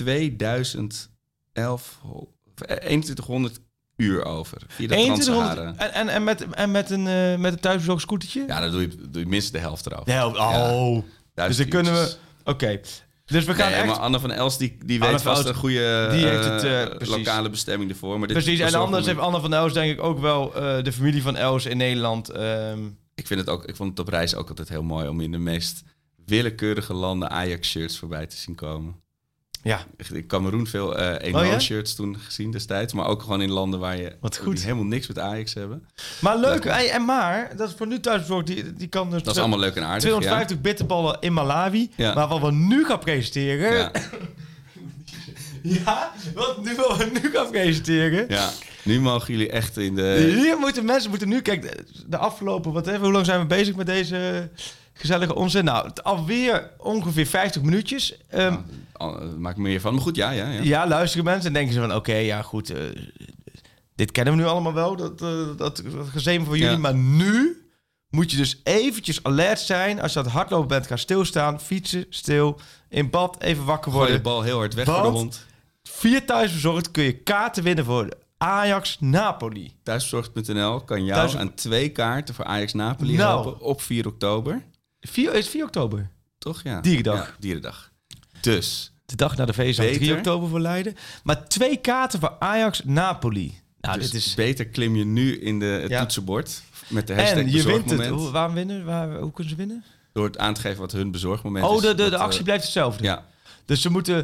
2100 uur over. Via de Trans-Sahara. En met een thuisbezorgd scootertje? Ja, dan doe je minstens de helft erover. Dus dan kunnen we... Oké. Dus we gaan echt... Maar Anne van Els, die weet vast een goede lokale bestemming ervoor. Maar precies, en anders heeft Anne van Els denk ik ook wel de familie van Els in Nederland. Ik vond het op reis ook altijd heel mooi om in de meest willekeurige landen Ajax-shirts voorbij te zien komen. Ja. In Cameroen veel Eno-shirts toen gezien destijds. Maar ook gewoon in landen waar je die helemaal niks met Ajax hebben. Maar leuk. Maar dat is voor nu thuisbezorgd. Die kan dus... Dat is allemaal leuk en aardig. 250 bitterballen in Malawi. Ja. Maar wat we nu gaan presenteren... Ja. Wat we nu gaan presenteren... Ja. Nu mogen jullie echt in de... Hier mensen nu... Kijk, de afgelopen... hoe lang zijn we bezig met deze... gezellige onzin. Nou, alweer ongeveer 50 minuutjes. Maak meer van. Maar goed, ja. Ja, luisteren mensen en denken ze van... Oké, goed. Dit kennen we nu allemaal wel. Dat gezeem van jullie. Ja. Maar nu moet je dus eventjes alert zijn. Als je aan het hardlopen bent, ga stilstaan. Fietsen, stil. In bad, even wakker worden. Gooi de bal heel hard weg voor de hond. Via Thuisbezorgd kun je kaarten winnen voor Ajax Napoli. Thuisbezorgd.nl kan jou aan 2 kaarten voor Ajax Napoli helpen op 4 oktober. Is het 4 oktober? Toch, ja. Dierendag. Ja, dierendag. Dus. De dag na de feestdag 3 oktober voor Leiden. Maar 2 kaarten voor Ajax Napoli. Nou, dus dit is... beter klim je nu in het toetsenbord met de hashtag en je bezorgmoment. wint het. Waarom winnen? Hoe kunnen ze winnen? Door het aan te geven wat hun bezorgmoment is. De actie blijft hetzelfde. Ja. Dus ze moeten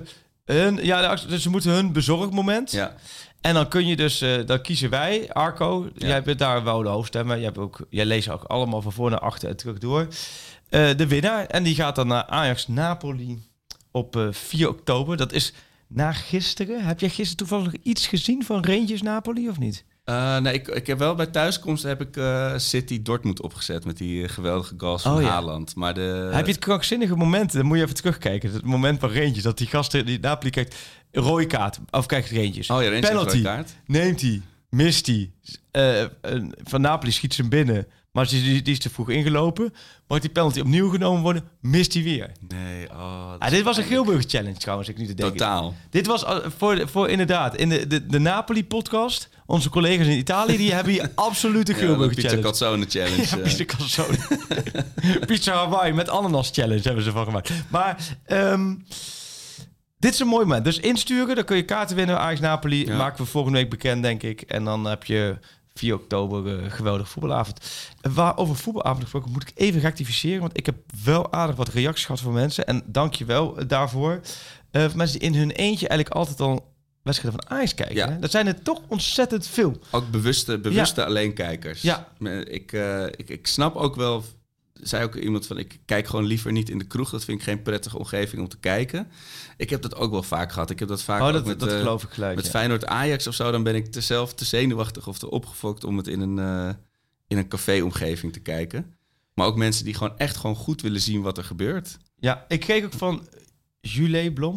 Dus ze moeten hun bezorgmoment. Ja. En dan kun je dus, dan kiezen wij, Arco. Ja. Jij bent daar wel de hoofdstemmer. Jij leest ook allemaal van voor naar achter en terug door. De winnaar. En die gaat dan naar Ajax-Napoli op 4 oktober. Dat is na gisteren. Heb jij gisteren toevallig nog iets gezien van Rangers-Napoli of niet? Nee, ik heb wel bij thuiskomst City Dortmund opgezet met die geweldige goals van Haaland. Maar heb je het krankzinnige moment? Dan moet je even terugkijken. Het moment van Rangers, dat die gasten die Napoli kijkt, rode kaart, of kijkt Rangers. Oh ja, Rangers penalty, rode kaart. Neemt hij, mist hij. Van Napoli schiet ze hem binnen, maar die is te vroeg ingelopen. Mag die penalty opnieuw genomen worden, mist hij weer. Nee, dit was een Geelburg challenge trouwens, ik niet te denken. Totaal. Dit was voor inderdaad, in de Napoli-podcast, onze collega's in Italië, die hebben hier absoluut een Geelburg challenge. Pizza Calzone challenge. Ja, pizza Calzone. Pizza Hawaii met ananas challenge hebben ze van gemaakt. Maar dit is een mooi moment. Dus insturen, dan kun je kaarten winnen. Ajax Napoli maken we volgende week bekend, denk ik. En dan heb je 4 oktober geweldige voetbalavond. Over voetbalavond gesproken moet ik even rectificeren, want ik heb wel aardig wat reacties gehad van mensen. En dank je wel daarvoor. Mensen die in hun eentje eigenlijk altijd al wedstrijden van Ajax kijken. Ja. Hè? Dat zijn er toch ontzettend veel. Ook bewuste alleenkijkers. Ja. Ik snap ook wel, zei ook iemand van, ik kijk gewoon liever niet in de kroeg. Dat vind ik geen prettige omgeving om te kijken. Ik heb dat ook wel vaak gehad. Ik heb dat vaak ook met, dat geloof ik gelijk. Met Feyenoord Ajax of zo. Dan ben ik te zenuwachtig of te opgefokt om het in een café-omgeving te kijken. Maar ook mensen die gewoon echt goed willen zien wat er gebeurt. Ja, ik kreeg ook van Julie Blom.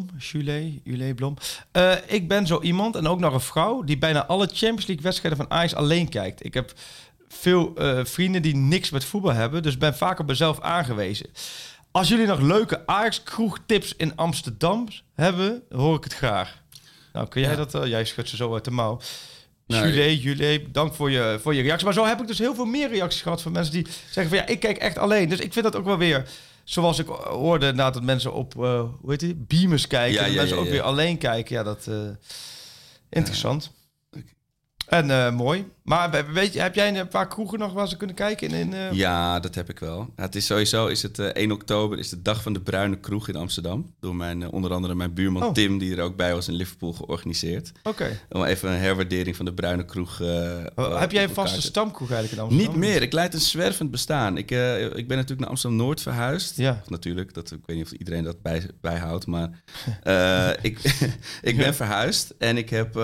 Ik ben zo iemand, en ook nog een vrouw, die bijna alle Champions League wedstrijden van Ajax alleen kijkt. Ik heb veel vrienden die niks met voetbal hebben, dus ben vaak op mezelf aangewezen. Als jullie nog leuke Ajax-kroegtips in Amsterdam hebben, hoor ik het graag. Nou, kun jij dat? Jij schudt ze zo uit de mouw. Julie, dank voor je reactie. Maar zo heb ik dus heel veel meer reacties gehad van mensen die zeggen van ik kijk echt alleen. Dus ik vind dat ook wel weer, zoals ik hoorde dat mensen op Beamers kijken. En mensen ook weer alleen kijken. Ja, dat interessant. En mooi. Maar weet je, heb jij een paar kroegen nog waar ze kunnen kijken? Ja, dat heb ik wel. Ja, het is sowieso 1 oktober is de dag van de Bruine Kroeg in Amsterdam. Door onder andere mijn buurman Tim, die er ook bij was in Liverpool, georganiseerd. Oké. Om even een herwaardering van de Bruine Kroeg. Heb jij een vaste stamkroeg eigenlijk in Amsterdam? Niet meer. Ik leid een zwervend bestaan. Ik ben natuurlijk naar Amsterdam-Noord verhuisd. Ja. Natuurlijk. Ik weet niet of iedereen dat bijhoudt, maar ik ben verhuisd en ik heb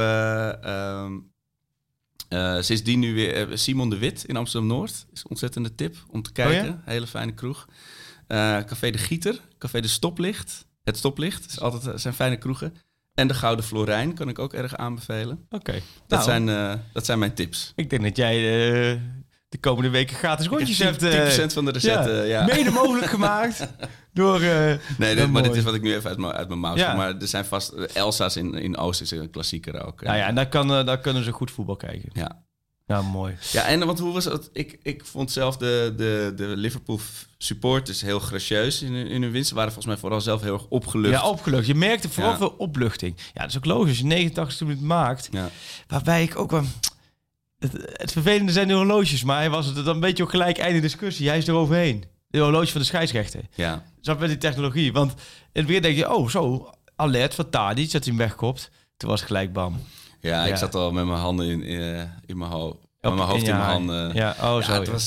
sindsdien nu weer Simon de Wit in Amsterdam-Noord. Is een ontzettende tip om te kijken. Ja? Hele fijne kroeg. Café de Gieter. Café de Stoplicht. Het Stoplicht. Zijn fijne kroegen. En de Gouden Florijn kan ik ook erg aanbevelen. Oké. Dat zijn mijn tips. Ik denk dat jij de komende weken gratis rondjes hebt. 10% van de recepten, ja. Mede mogelijk gemaakt door... maar dit is wat ik nu even uit mijn mouw zeg. Maar er zijn vast... Elsa's in Oost is een klassieker ook. Nou ja, en daar kunnen ze goed voetbal kijken. Ja. Ja, mooi. Ja, en want hoe was het? Ik vond zelf de Liverpool supporters heel gracieus in hun winst. Ze waren volgens mij vooral zelf heel erg opgelucht. Ja, opgelucht. Je merkte vooral veel opluchting. Ja, dat is ook logisch. Als je 89 minuten maakt. Ja. Waarbij ik ook wel... Het vervelende zijn de horloges, maar hij was het dan een beetje ook gelijk einde discussie. Hij is er overheen. De horloge van de scheidsrechter. Ja. Zo met die technologie. Want in het begin denk je, zo, alert van Tadic, dat hij hem wegkopt. Toen was het gelijk bam. Ja, ik zat al met mijn handen in mijn hoofd. Met mijn hoofd in mijn handen. Ja, het was...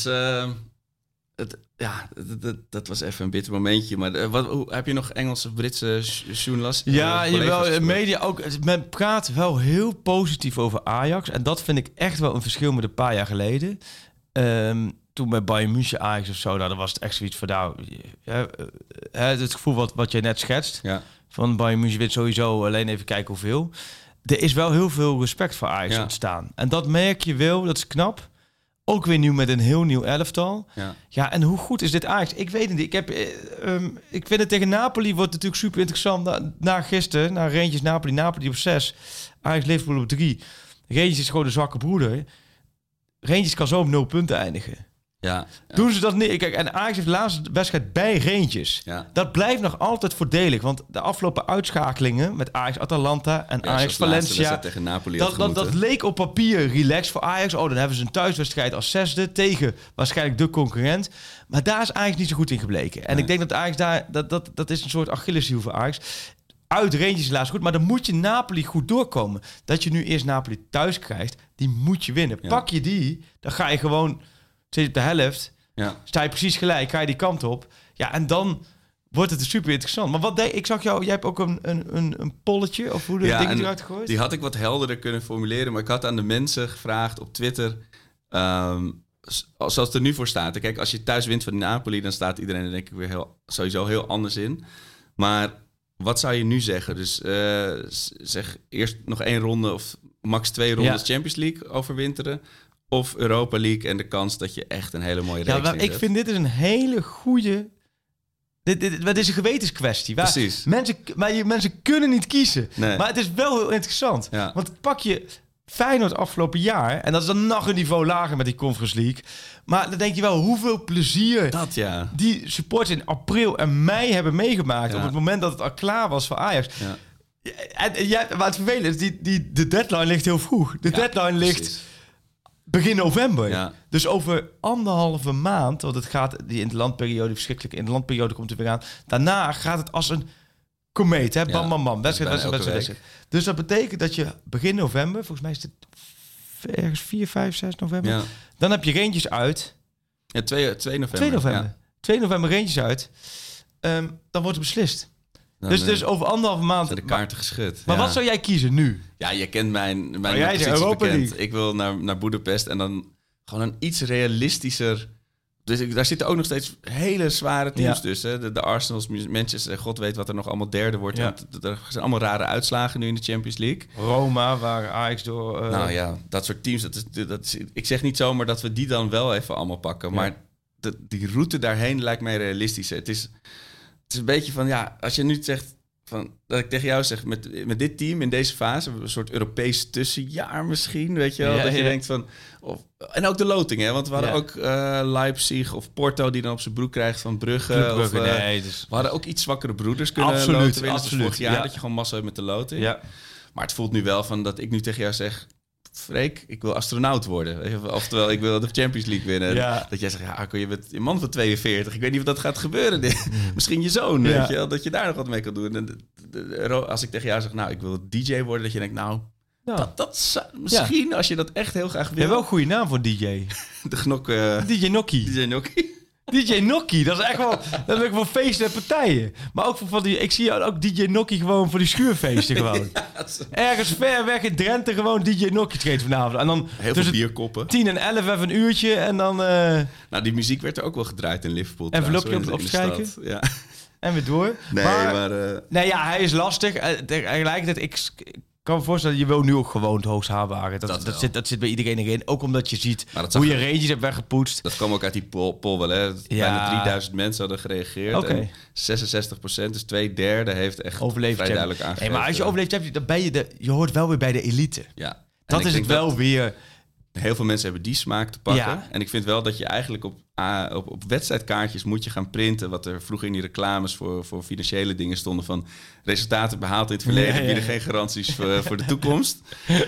dat was even een bitter momentje. Maar heb je nog Engelse of Britse journalisten? Ja, jawel, media ook. Men praat wel heel positief over Ajax. En dat vind ik echt wel een verschil met een paar jaar geleden. Toen bij Bayern München Ajax of zo, dan was het echt zoiets van... het gevoel wat jij net schetst. Ja. Van Bayern München wint sowieso, alleen even kijken hoeveel. Er is wel heel veel respect voor Ajax ontstaan. En dat merk je wel, dat is knap. Ook weer nu met een heel nieuw elftal. Ja, en hoe goed is dit Ajax? Ik weet het niet. Ik vind het tegen Napoli wordt natuurlijk super interessant. Na gisteren, naar Rangers Napoli op 6. Ajax Liverpool op 3. Rangers is gewoon de zwakke broeder. Rangers kan zo op 0 punten eindigen. Ja. Doen ze dat niet? Kijk, en Ajax heeft de laatste wedstrijd bij Rangers. Ja. Dat blijft nog altijd voordelig. Want de afgelopen uitschakelingen met Ajax Atalanta en Ajax Valencia... tegen Napoli dat leek op papier relaxed voor Ajax. Dan hebben ze een thuiswedstrijd als 6e tegen waarschijnlijk de concurrent. Maar daar is Ajax niet zo goed in gebleken. En ik denk dat Ajax dat is een soort Achilleshiel voor Ajax. uit Rangers laatst goed, maar dan moet je Napoli goed doorkomen. Dat je nu eerst Napoli thuis krijgt, die moet je winnen. Ja. Pak je die, dan ga je gewoon, zit je op de helft, sta je precies gelijk, ga je die kant op. Ja, en dan wordt het super interessant. Maar wat ik zag jou, jij hebt ook een polletje, of hoe de dingen eruit gegooid? Die had ik wat helderder kunnen formuleren, maar ik had aan de mensen gevraagd op Twitter, zoals het er nu voor staat. Kijk, als je thuis wint van Napoli, dan staat iedereen er denk ik weer sowieso heel anders in. Maar wat zou je nu zeggen? Dus zeg eerst nog 1 ronde of max 2 rondes Champions League overwinteren. Of Europa League en de kans dat je echt een hele mooie reeks neerzet. Ik vind dit is een hele goede... Dit is een gewetenskwestie. Precies. Mensen kunnen niet kiezen. Nee. Maar het is wel heel interessant. Ja. Want pak je Feyenoord afgelopen jaar... en dat is dan nog een niveau lager met die Conference League... maar dan denk je wel hoeveel plezier... die supporters in april en mei hebben meegemaakt... op het moment dat het al klaar was voor Ajax. Ja. Maar het vervelende is, de deadline ligt heel vroeg. De deadline ligt begin november. Ja. Dus over 1,5 maand... want het gaat die interlandperiode, verschrikkelijke interlandperiode komt er weer aan... daarna gaat het als een komeet, hè? Bam, bam, bam. Wedstrijd. Dus dat betekent dat je begin november... volgens mij is het ergens 4, 5, 6 november... Ja. dan heb je Rangers uit. Ja, 2 november. 2 november. Ja. 2 november Rangers uit. Dan wordt het beslist. Dus over 1,5 maand... de kaarten geschud. Maar wat zou jij kiezen nu? Ja, je kent mijn positie Europa bekend. Ik wil naar Boedapest en dan gewoon een iets realistischer... Dus daar zitten ook nog steeds hele zware teams tussen. De Arsenals, Manchester, god weet wat er nog allemaal derde wordt. Ja. Er zijn allemaal rare uitslagen nu in de Champions League. Roma, waar Ajax door... Nou ja, dat soort teams. Ik zeg niet zomaar dat we die dan wel even allemaal pakken. Maar die route daarheen lijkt mij realistischer. Het is een beetje van, als je nu zegt... dat ik tegen jou zeg, met dit team in deze fase... een soort Europees tussenjaar misschien, weet je wel? Dat je denkt van... en ook de loting, hè? Want we hadden ook Leipzig of Porto... die dan op zijn broek krijgt van Brugge. We hadden ook iets zwakkere broeders kunnen loten winnen. Absoluut, vorig jaar dat je gewoon massa hebt met de loting. Ja. Maar het voelt nu wel van dat ik nu tegen jou zeg... Freek, ik wil astronaut worden. Oftewel, ik wil de Champions League winnen. Ja. Dat jij zegt, Arco, je bent een man van 42. Ik weet niet of dat gaat gebeuren. Misschien je zoon, weet je wel, dat je daar nog wat mee kan doen. En als ik tegen jou zeg, nou, ik wil DJ worden. Dat je denkt, nou, misschien als je dat echt heel graag wil. Je hebt wel een goede naam voor DJ. De Gnok... DJ Nokkie. DJ Nokkie. DJ Nokkie, dat is echt wel... dat is ook voor feesten en partijen. Maar ook voor die... Ik zie ook DJ Nokkie gewoon voor die schuurfeesten gewoon. Ergens ver weg in Drenthe gewoon DJ Nokkie treedt vanavond. En dan heel veel bierkoppen. 10 en 11 even een uurtje en dan... Nou, die muziek werd er ook wel gedraaid in Liverpool. Envelopje op kijken. Ja. En weer door. Nee, maar nee, hij is lastig. Tegelijkertijd, ik kan me voorstellen, je wil nu ook gewoon het hoogst haalbare. Dat zit bij iedereen erin. Ook omdat je ziet hoe je Rangers hebt weggepoetst. Dat kwam ook uit die poll wel, hè? Bijna 3000 mensen hadden geregereerd. Okay. En 66%, dus 2/3 heeft echt overleefd, vrij duidelijk aangegeven. Maar als je overleeft, dan ben je hoort wel weer bij de elite. Ja. Dat is het wel weer... Heel veel mensen hebben die smaak te pakken. Ja. En ik vind wel dat je eigenlijk op wedstrijdkaartjes moet je gaan printen... wat er vroeger in die reclames voor financiële dingen stonden... van resultaten behaald in het verleden... bieden geen garanties voor de toekomst.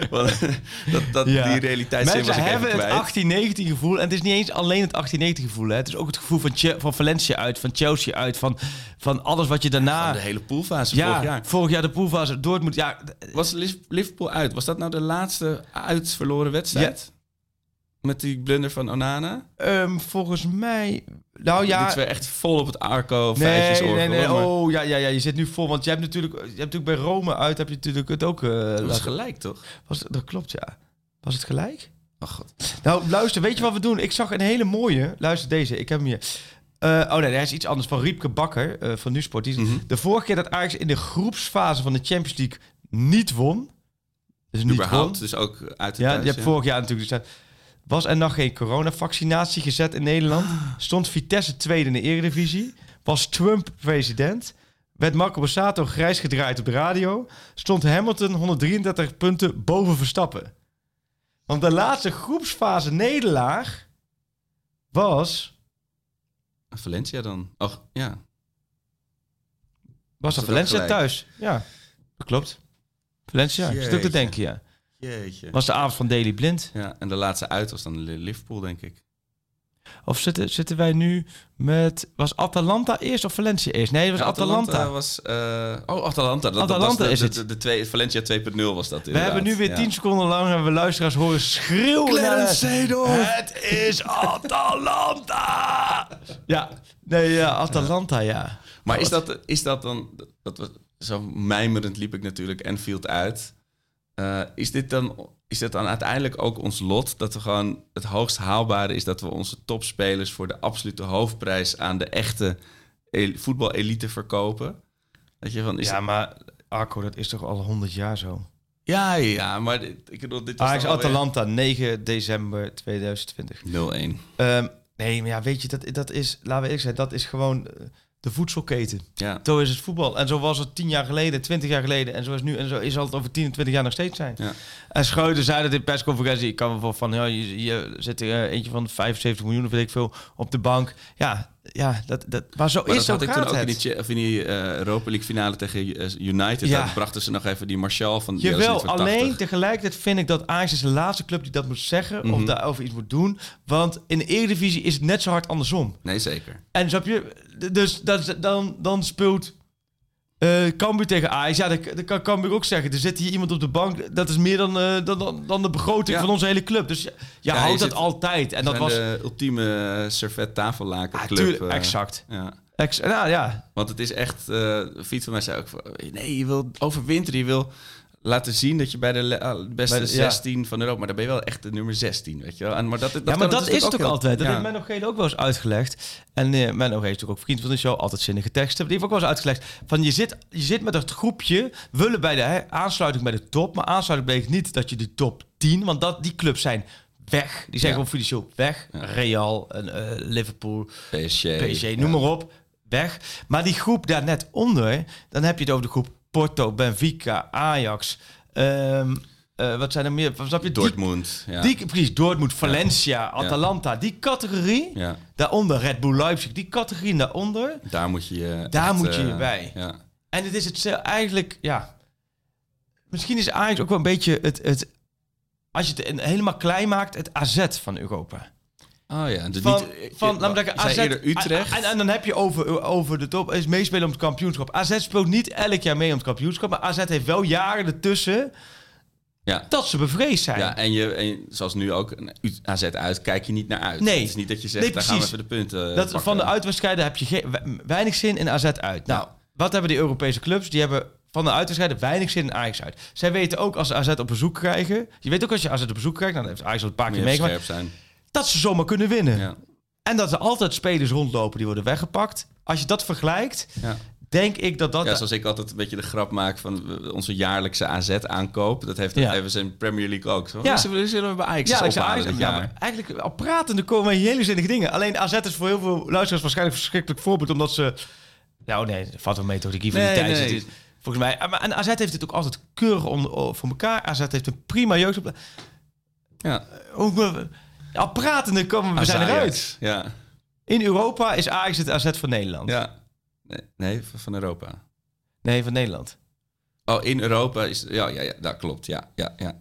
Die realiteitszin was ik even hebben kwijt. Het 18-19 gevoel. En het is niet eens alleen het 18-19 gevoel. Hè. Het is ook het gevoel van Valencia uit, van Chelsea uit... van alles wat je daarna... Van de hele poolfase vorig jaar. Vorig jaar de poolfase. Dortmund, Was Liverpool uit? Was dat nou de laatste uitverloren wedstrijd? Ja. Met die blunder van Onana? Volgens mij... Nou ja... Dit is weer echt vol op het Arco. Nee. Oh, ja. Je zit nu vol. Want je hebt natuurlijk bij Rome uit... heb je natuurlijk het ook... dat was gelijk, toch? Dat klopt, ja. Was het gelijk? Oh, god. Nou, luister. Weet je wat we doen? Ik zag een hele mooie... Luister deze. Ik heb hem hier. Hij is iets anders. Van Riepke Bakker van NuSport. De vorige keer dat Ajax in de groepsfase van de Champions League niet won... Dus niet won. Dus ook uit de thuis, je hebt vorig jaar natuurlijk... Was er nog geen coronavaccinatie gezet in Nederland? Stond Vitesse tweede in de Eredivisie? Was Trump president? Werd Marco Borsato grijs gedraaid op de radio? Stond Hamilton 133 punten boven Verstappen? Want de laatste groepsfase nederlaag was... Valencia dan? Och, ja. Was dat Valencia thuis? Ja, dat klopt. Valencia, is ook te denken, ja. Jeetje. Was de avond van Daley Blind. Ja, en de laatste uit was dan Liverpool, denk ik. Of zitten wij nu met... Was Atalanta eerst of Valencia eerst? Nee, het was Atalanta. Atalanta. Atalanta is het. Valencia 2.0 was dat inderdaad. We hebben nu weer 10 seconden lang... hebben we luisteraars horen schreeuwen. Clarence Seedorf! Het is Atalanta! Atalanta, ja. Maar is dat dan... Zo mijmerend liep ik natuurlijk Anfield uit. Is dit dan uiteindelijk ook ons lot? Dat we gewoon het hoogst haalbare is dat we onze topspelers voor de absolute hoofdprijs aan de echte voetbalelite verkopen? Dat je van, maar Arco, dat is toch al 100 jaar zo? Ja, maar ik bedoel, dit was Atalanta, 9 december 2020. 0-1. Nee, maar ja, weet je, dat is, laten we eerlijk zijn, dat is gewoon de voedselketen. Ja. Zo is het voetbal. En zo was het 10 jaar geleden, 20 jaar geleden. En zo is nu. En zo zal het over 10 en 20 jaar nog steeds zijn. Ja. En Schreuder zei dat in persconferentie. Ik kan me voor van, je zit er eentje van 75 miljoen of weet ik veel op de bank. Ja, maar zo is het. Dat had ik toen ook in die Europa League finale tegen United. Daar brachten ze nog even die Martial van. Jawel, alleen tegelijkertijd vind ik dat Ajax is de laatste club die dat moet zeggen of daarover iets moet doen. Want in de Eredivisie is het net zo hard andersom. Nee, zeker. En snap je, dus dan speelt Cambuur tegen Ajax. Ja, dat kan Cambuur ook zeggen. Er zit hier iemand op de bank. Dat is meer dan de begroting van onze hele club. Dus je houdt dat altijd. En dat was de ultieme servet tafellakenclub. Tuurlijk, exact. Ja. Want het is echt... Fiets van mij zei ook... Nee, je wil overwinteren. Je wil laten zien dat je bij de beste 16 van Europa... Maar dan ben je wel echt de nummer 16, weet je wel. Maar dat is het ook altijd. Dat heeft Menno Gele ook wel eens uitgelegd. En Menno Gele is natuurlijk ook vriend van de show. Altijd zinnige teksten. Die heeft ook wel eens uitgelegd. Van je zit met dat groepje... willen bij de aansluiting bij de top. Maar aansluiting betekent niet dat je de top 10... Want die clubs zijn weg. Die zijn gewoon financieel weg. Ja. Real, Liverpool, PSG, noem maar op. Weg. Maar die groep daar net onder... Dan heb je het over de groep... Porto, Benfica, Ajax, wat zijn er meer? Snap je? Dortmund. Precies, Dortmund, Valencia, Atalanta. Die categorie, daaronder Red Bull Leipzig, die categorie daaronder. Daar moet je bij. Ja. En het is het eigenlijk, misschien is Ajax ook wel een beetje het als je het helemaal klein maakt, het AZ van Europa. Oh ja, laat me zeggen, AZ Utrecht. En dan heb je over de top is meespelen om het kampioenschap. AZ speelt niet elk jaar mee om het kampioenschap, maar AZ heeft wel jaren ertussen dat ze bevreesd zijn. Ja, en zoals nu ook, AZ uit, kijk je niet naar uit. Nee. Het is niet dat je zegt, daar gaan we even de punten pakken. Van de uitwedstrijden heb je weinig zin in AZ uit. Nou, wat hebben die Europese clubs? Die hebben van de uitwedstrijden weinig zin in Ajax uit. Zij weten ook als ze AZ op bezoek krijgen. Je weet ook als je AZ op bezoek krijgt, dan heeft Ajax al een paar keer meegemaakt. Dat ze zomaar kunnen winnen. Ja. En dat er altijd spelers rondlopen die worden weggepakt. Als je dat vergelijkt, denk ik dat... Ja, zoals ik altijd een beetje de grap maak van onze jaarlijkse AZ-aankoop. Dat heeft even zijn Premier League ook. Zo. Zullen we bij Ajax ophalen? Maar eigenlijk al pratende komen hele zinnige dingen. Alleen AZ is voor heel veel luisteraars waarschijnlijk een verschrikkelijk voorbeeld. Omdat ze... Nou nee, dat valt wel mee toch, die rivaliteit. Nee. Volgens mij. En AZ heeft het ook altijd keurig voor elkaar. AZ heeft een prima jeugd. Ja. Al pratende komen we zijn eruit. Ja. In Europa is Ajax het AZ van Nederland. Ja. Nee, van Europa. Nee, van Nederland. Oh, in Europa is... Ja, dat klopt. Ja.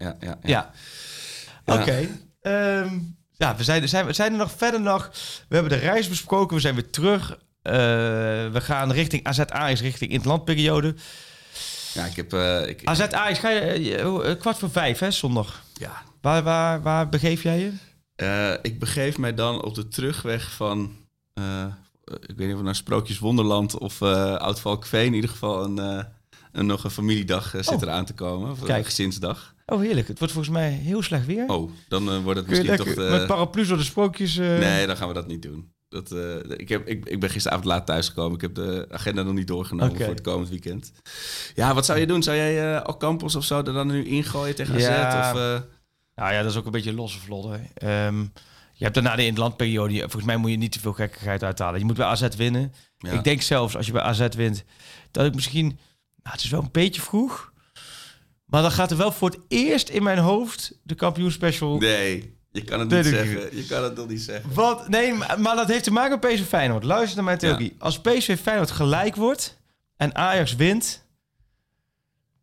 Oké. We zijn er nog verder nog. We hebben de reis besproken. We zijn weer terug. We gaan richting AZ Ajax, richting interlandperiode. Ja, AZ Ajax, ga je 4:45, hè, zondag? Ja. Waar begeef jij je? Ik begeef mij dan op de terugweg van... ik weet niet of het naar Sprookjes Wonderland of Oud-Valkveen. In ieder geval nog een familiedag zit er aan te komen. Of een gezinsdag. Oh, heerlijk. Het wordt volgens mij heel slecht weer. Oh, dan wordt het misschien toch... met paraplu's door de Sprookjes... Nee, dan gaan we dat niet doen. Ik ben gisteravond laat thuisgekomen. Ik heb de agenda nog niet doorgenomen voor het komend weekend. Ja, wat zou je doen? Zou jij Ocampos of zo er dan nu ingooien tegen AZ? Nou ja, dat is ook een beetje losse vlodder. Je hebt daarna de interlandperiode. Volgens mij moet je niet te veel gekkigheid uithalen. Je moet bij AZ winnen. Ja. Ik denk zelfs, als je bij AZ wint, dat ik misschien... Nou, het is wel een beetje vroeg. Maar dan gaat er wel voor het eerst in mijn hoofd de kampioenspecial... Nee, je kan het niet zeggen. Je kan het nog niet zeggen. Wat? Nee, maar dat heeft te maken met PSV Feyenoord. Luister naar mijn theorie. Ja. Als PSV Feyenoord gelijk wordt en Ajax wint...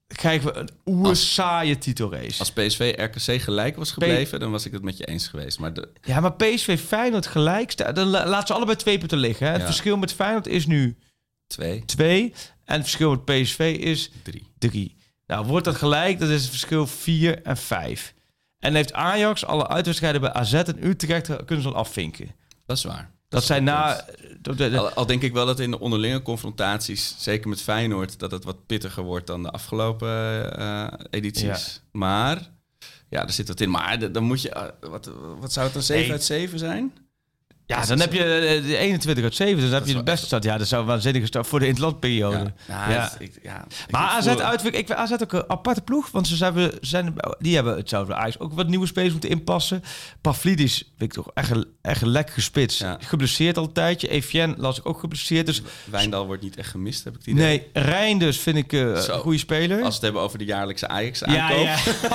krijgen we een saaie titelrace. Als PSV RKC gelijk was gebleven, dan was ik het met je eens geweest. Maar Ja, maar PSV Feyenoord gelijk, dan laat ze allebei 2 punten liggen. Hè? Het verschil met Feyenoord is nu 2. En het verschil met PSV is 3. Nou, wordt dat gelijk, dat is het verschil 4 en 5. En heeft Ajax alle uitwedstrijden bij AZ en Utrecht kunnen ze al afvinken. Dat is waar. Dat zijn Al denk ik wel dat in de onderlinge confrontaties, zeker met Feyenoord, dat het wat pittiger wordt dan de afgelopen edities. Ja. Maar, ja, er zit wat in. Maar dan moet je, wat zou het dan, 7 uit 7 zijn? Ja, dan heb je de 21 uit 7. Dus dan heb je de beste start. Ja, dat zou een waanzinnige start voor de interlandperiode. Maar AZ uitwik, ik vind AZ ook een aparte ploeg. Want die hebben hetzelfde Ajax ook wat nieuwe spelers moeten inpassen. Pavlidis vind ik toch echt lekker gespitst. Ja. Geblesseerd al een tijdje. Etienne las ik ook geblesseerd. Dus Wijndal wordt niet echt gemist, heb ik die idee. Nee, Rijn dus vind ik een goede speler. Als we het hebben over de jaarlijkse Ajax aankoop. Ja.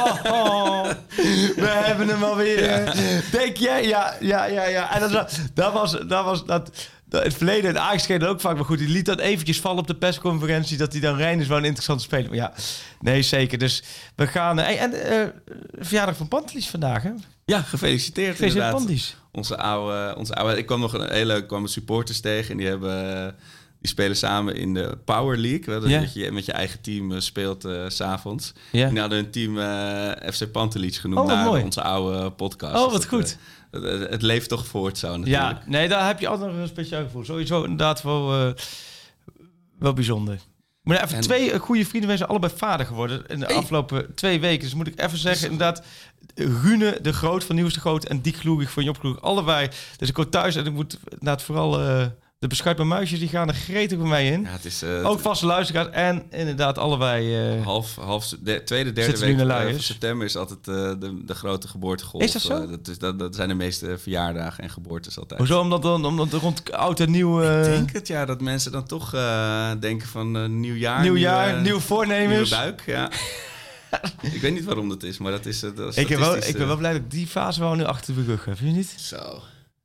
We hebben hem alweer. Ja. Denk jij? Ja. En dat was het verleden. En Ajax scheen ook vaak maar goed. Die liet dat eventjes vallen op de persconferentie. Dat hij dan Rijn is wel een interessante speler. Maar ja, nee, zeker. Dus we gaan... verjaardag van Pantelis vandaag, hè? Ja, gefeliciteerd inderdaad. Pantelis. Onze oude... Ik kwam nog een hele supporters tegen. En die spelen samen in de Power League. Dat je met je eigen team speelt 's avonds. En die hadden hun team FC Pantelis genoemd naar onze oude podcast. Oh, wat goed. Het leeft toch voort zo natuurlijk. Ja, nee, daar heb je altijd nog een speciaal gevoel. Sowieso inderdaad wel bijzonder. Maar even 2 goede vrienden, wij zijn allebei vader geworden in de afgelopen 2 weken. Dus moet ik even zeggen, inderdaad, Rune de Groot van Nieuws de Groot en Diek Gloerig van Job Gloerig, allebei. Dus ik word thuis en ik moet inderdaad vooral... de beschuitbare muisjes die gaan er gretig bij mij in. Ja, het is, ook vaste luisteraars en inderdaad allebei... tweede, derde week van september is altijd de grote geboortegolf. Is dat zo? Dat zijn de meeste verjaardagen en geboortes altijd. Hoezo? Omdat rond oud en nieuw... Ik denk het, ja, dat mensen dan toch denken van nieuwjaar. Nieuwe voornemens. Nieuwe buik, ja. Ik weet niet waarom dat is, maar dat is... ik ben wel blij dat ik die fase wel nu achter de rug heb, vind je niet? Zo...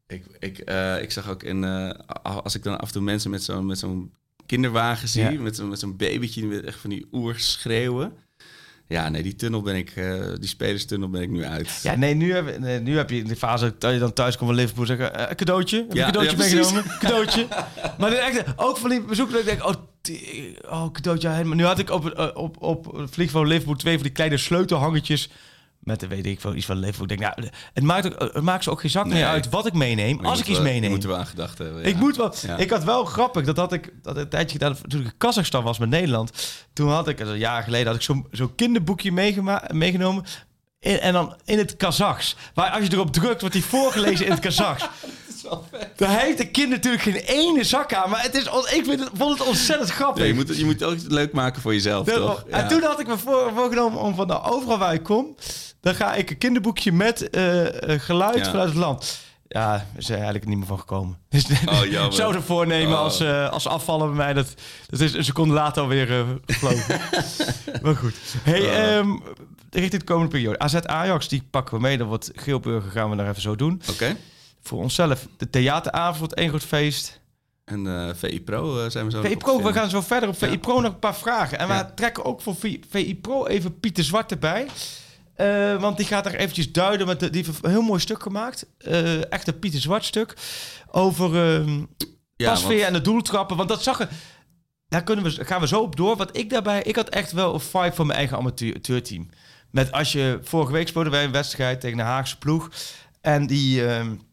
Ik zag ook als ik dan af en toe mensen met zo'n kinderwagen zie, met zo'n babytje met echt van die oers schreeuwen. Ja, nee, die spelerstunnel ben ik nu uit. Ja, nee, nu heb je in de fase dat je dan thuis komt van Liverpool zeggen, cadeautje, heb je een cadeautje meegenomen? Cadeautje. Maar echt, ook van die bezoeken dat ik denk, cadeautje. Maar nu had ik op het vliegveld Liverpool 2 van die kleine sleutelhangertjes met, weet ik veel, iets van Liverpool. Ik denk, het maakt ze ook geen zak meer uit wat ik meeneem, als ik iets meeneem. Je moet er wel aan gedacht hebben. Ja. Ik moet wel. Ja. Ik had wel grappig, dat had ik een tijdje gedaan toen ik in Kazachstan was met Nederland. Toen had ik, een jaar geleden, had ik zo'n kinderboekje meegenomen. En dan in het Kazachs. Waar als je erop drukt, wordt die voorgelezen in het Kazachs. Daar heeft de kind natuurlijk geen ene zak aan. Maar vond het ontzettend grappig. Ja, je moet het ook leuk maken voor jezelf, toch? En toen had ik me voorgenomen om van overal waar ik kom, dan ga ik een kinderboekje met geluid vanuit het land. Ja, er is eigenlijk niet meer van gekomen. Zou er voornemen als afvallen bij mij. Dat is een seconde later alweer gevlogen. Maar goed. Richting de komende periode. AZ Ajax, die pakken we mee. Dan wordt Geelburger, gaan we daar even zo doen. Oké. Voor onszelf de theateravond, 1 groot feest. En VI Pro zijn we zo. VI Pro, we gaan zo verder op VI Pro nog een paar vragen. En we trekken ook voor VI Pro even Pieter Zwart erbij. Want die gaat daar eventjes duiden. Die heeft een heel mooi stuk gemaakt. Echt een Pieter Zwart stuk. Over pasveer en de doeltrappen. Want dat zag er... Daar gaan we zo op door. Want ik had echt wel een vibe van mijn eigen amateurteam. Met als je vorige week speelde bij een wedstrijd tegen een Haagse ploeg. En die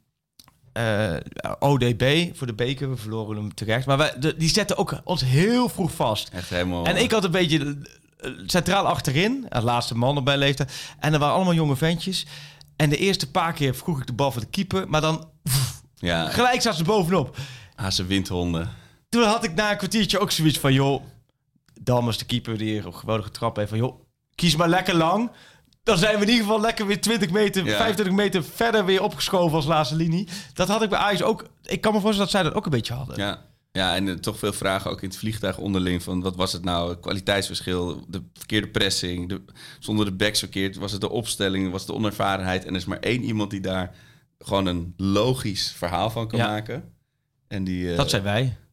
ODB voor de beker, we verloren hem terecht. Maar die zetten ook ons heel vroeg vast. Echt helemaal... En ik had een beetje centraal achterin, als laatste man op mijn leeftijd. En er waren allemaal jonge ventjes. En de eerste paar keer vroeg ik de bal voor de keeper. Maar dan gelijk zat ze bovenop. Ze windhonden. Toen had ik na een kwartiertje ook zoiets van... joh, Dammers, de keeper die hier op geweldige trap heeft... van joh, kies maar lekker lang. Dan zijn we in ieder geval lekker weer 20 meter, 25 meter verder weer opgeschoven als laatste linie. Dat had ik bij Ajax ook. Ik kan me voorstellen dat zij dat ook een beetje hadden. Ja, en toch veel vragen ook in het vliegtuig onderling. Van wat was het nou? Kwaliteitsverschil, de verkeerde pressing. Zonder de backs verkeerd. Was het de opstelling? Was het de onervarenheid? En er is maar 1 iemand die daar gewoon een logisch verhaal van kan maken. En die, dat zijn wij.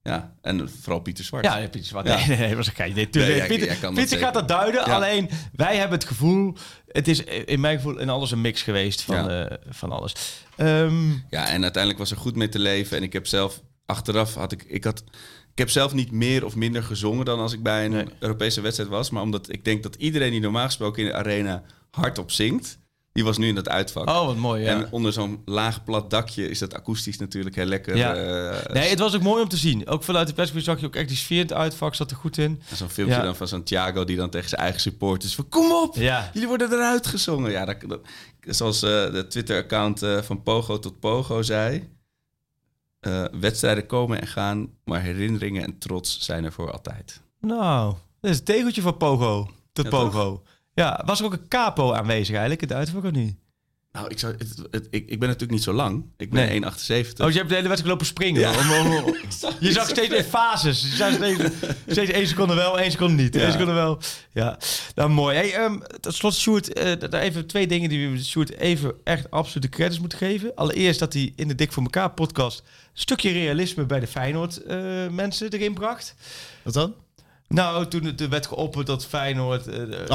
Ja, en vooral Pieter Zwart. Ja, Pieter Zwart. Ja. Nee, was een geintje. Pieter gaat dat duiden. Ja. Alleen, wij hebben het gevoel... Het is in mijn gevoel in alles een mix geweest van alles. Ja, en uiteindelijk was er goed mee te leven. En ik heb zelf achteraf... Ik heb zelf niet meer of minder gezongen dan als ik bij een Europese wedstrijd was. Maar omdat ik denk dat iedereen die normaal gesproken in de arena hardop zingt... Die was nu in dat uitvak. Oh, wat mooi, ja. En onder zo'n laag plat dakje is dat akoestisch natuurlijk heel lekker. Ja. Nee, het was ook mooi om te zien. Ook vanuit de perspectief zag je ook echt die sfeer in het uitvak, zat er goed in. En zo'n filmpje dan van Santiago die dan tegen zijn eigen supporters van kom op, jullie worden eruit gezongen. Ja, zoals de Twitter-account van Pogo tot Pogo zei. Wedstrijden komen en gaan, maar herinneringen en trots zijn er voor altijd. Nou, dat is het tegeltje van Pogo tot Pogo. Toch? Ja, was er ook een capo aanwezig eigenlijk in het uitvak of niet? Nou, ik ben natuurlijk niet zo lang. Ik ben 1,78. Oh, je hebt de hele wedstrijd lopen springen. Ja. Je zag steeds in fases. Je zag steeds 1 seconde wel, 1 seconde niet. 1 seconde wel. Ja, nou mooi. Hey, tot slot, Sjoerd, even 2 dingen die we Sjoerd even echt absolute credits moeten geven. Allereerst dat hij in de Dik voor Mekaar podcast een stukje realisme bij de Feyenoord mensen erin bracht. Wat dan? Nou, toen het werd geopperd dat Feyenoord...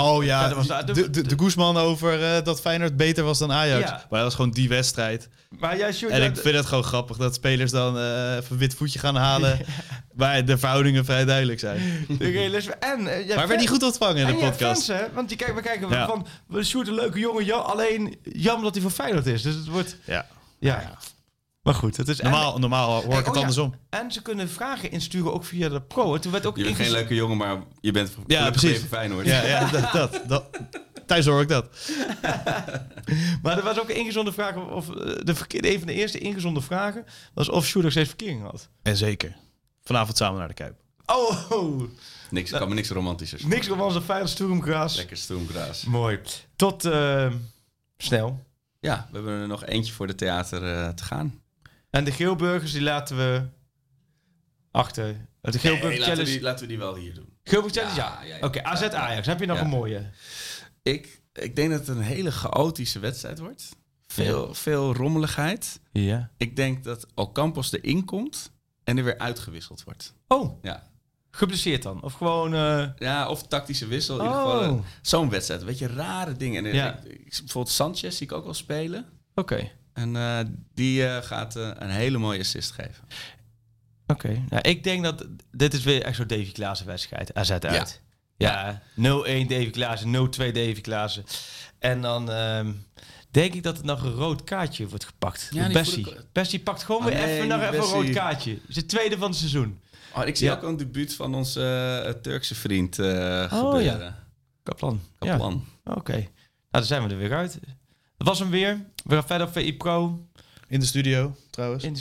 de Guzman over dat Feyenoord beter was dan Ajax. Ja. Maar dat was gewoon die wedstrijd. Maar ja, sure, en ik vind het gewoon grappig dat spelers dan even een wit voetje gaan halen... waar de verhoudingen vrij duidelijk zijn. Maar werd niet goed ontvangen in de podcast. Fans, hè? Want we kijken van... Sjoerd een leuke jongen, alleen jammer dat hij voor Feyenoord is. Dus het wordt... Ja. Maar goed, het is normaal hoor ik het andersom. En ze kunnen vragen insturen ook via de pro. Toen werd ook je bent geen leuke jongen, maar je bent precies voor Feyenoord. Ja, dat. Thuis hoor ik dat. Maar er was ook een ingezonde vraag, of een van de eerste ingezonde vragen was of Sjoerd nog steeds verkering had. En zeker. Vanavond samen naar de Kuip. Oh. Kan me niks romantischers. Niks romantisch dan Feyenoord Sturmgras. Lekker Sturmgras. Mooi. Tot snel. Ja, we hebben er nog eentje voor de theater te gaan. En de Geelburgers, die laten we achter. De Geelburger Challenge... laten we die wel hier doen. Geelburger Challenge, ja. Oké, AZ Ajax. Heb je nog een mooie? Ik denk dat het een hele chaotische wedstrijd wordt. Veel rommeligheid. Ja. Ik denk dat Ocampos erin komt en er weer uitgewisseld wordt. Oh. Ja. Geblesseerd dan? Of gewoon... Ja, of tactische wissel. In ieder geval zo'n wedstrijd. Weet je, rare dingen. En bijvoorbeeld Sanchez zie ik ook wel spelen. Oké. En die gaat een hele mooie assist geven. Oké. Nou, ik denk dat dit is weer echt zo'n Davy Klaassen wedstrijd. AZ uit. Ja. 0-1 Davy Klaassen, 0-2 Davy Klaassen. En dan denk ik dat er nog een rood kaartje wordt gepakt. Ja, Bessie pakt gewoon weer even een rood kaartje. Het is het tweede van het seizoen. Ik zie ook een debuut van onze Turkse vriend gebeuren. Ja. Kaplan. Ja. Oké. Nou, dan zijn we er weer uit. Dat was hem weer. We gaan verder op VI Pro. In de studio, trouwens. In de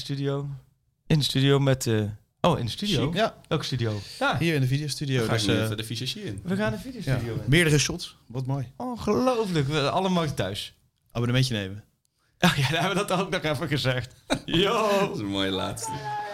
studio met... in de studio? Ja. Welke studio? Ja. Hier in de videostudio. We gaan even de visagie in. We gaan de videostudio in. Meerdere shots. Wat mooi. Ongelooflijk. We allemaal thuis. Abonnementje nemen. Ja, dan hebben we dat ook nog even gezegd. Yo! Dat is een mooie laatste.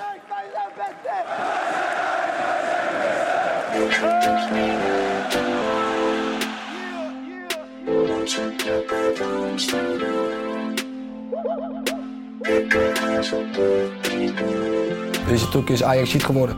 Deze toek is Ajax-ziet geworden.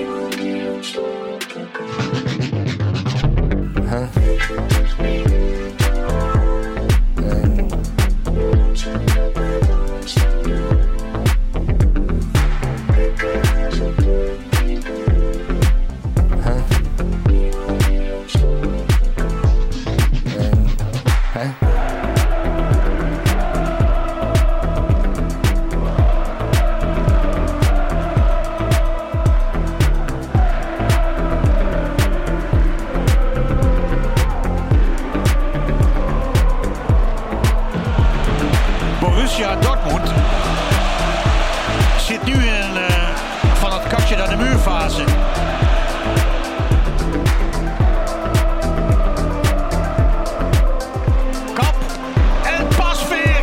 Borussia Dortmund zit nu in van het kastje naar de muurfase. Kap en Pasveer.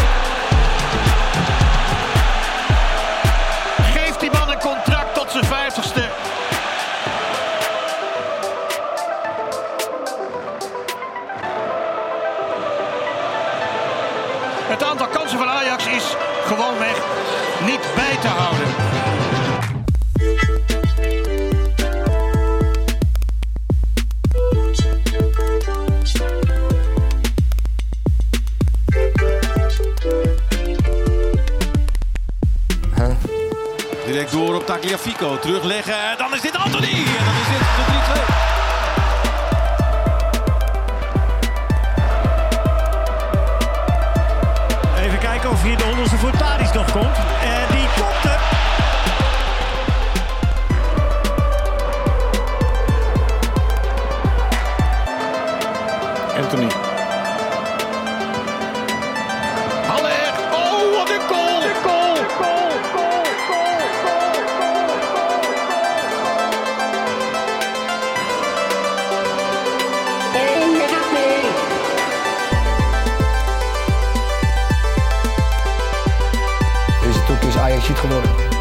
Geeft die man een contract tot zijn 50ste. Het aantal kansen van Ajax is gewoonweg niet bij te houden. direct door op Tagliafico. Terugleggen. Dan is dit Anthony. En dan is dit de 3-2. Even kijken of hier de onderste voor Tadic nog komt. En die komt er. Anthony. Haller. Oh, wat een goal! Goal! Oh, wat een goal! Deze toek is Ajax geworden.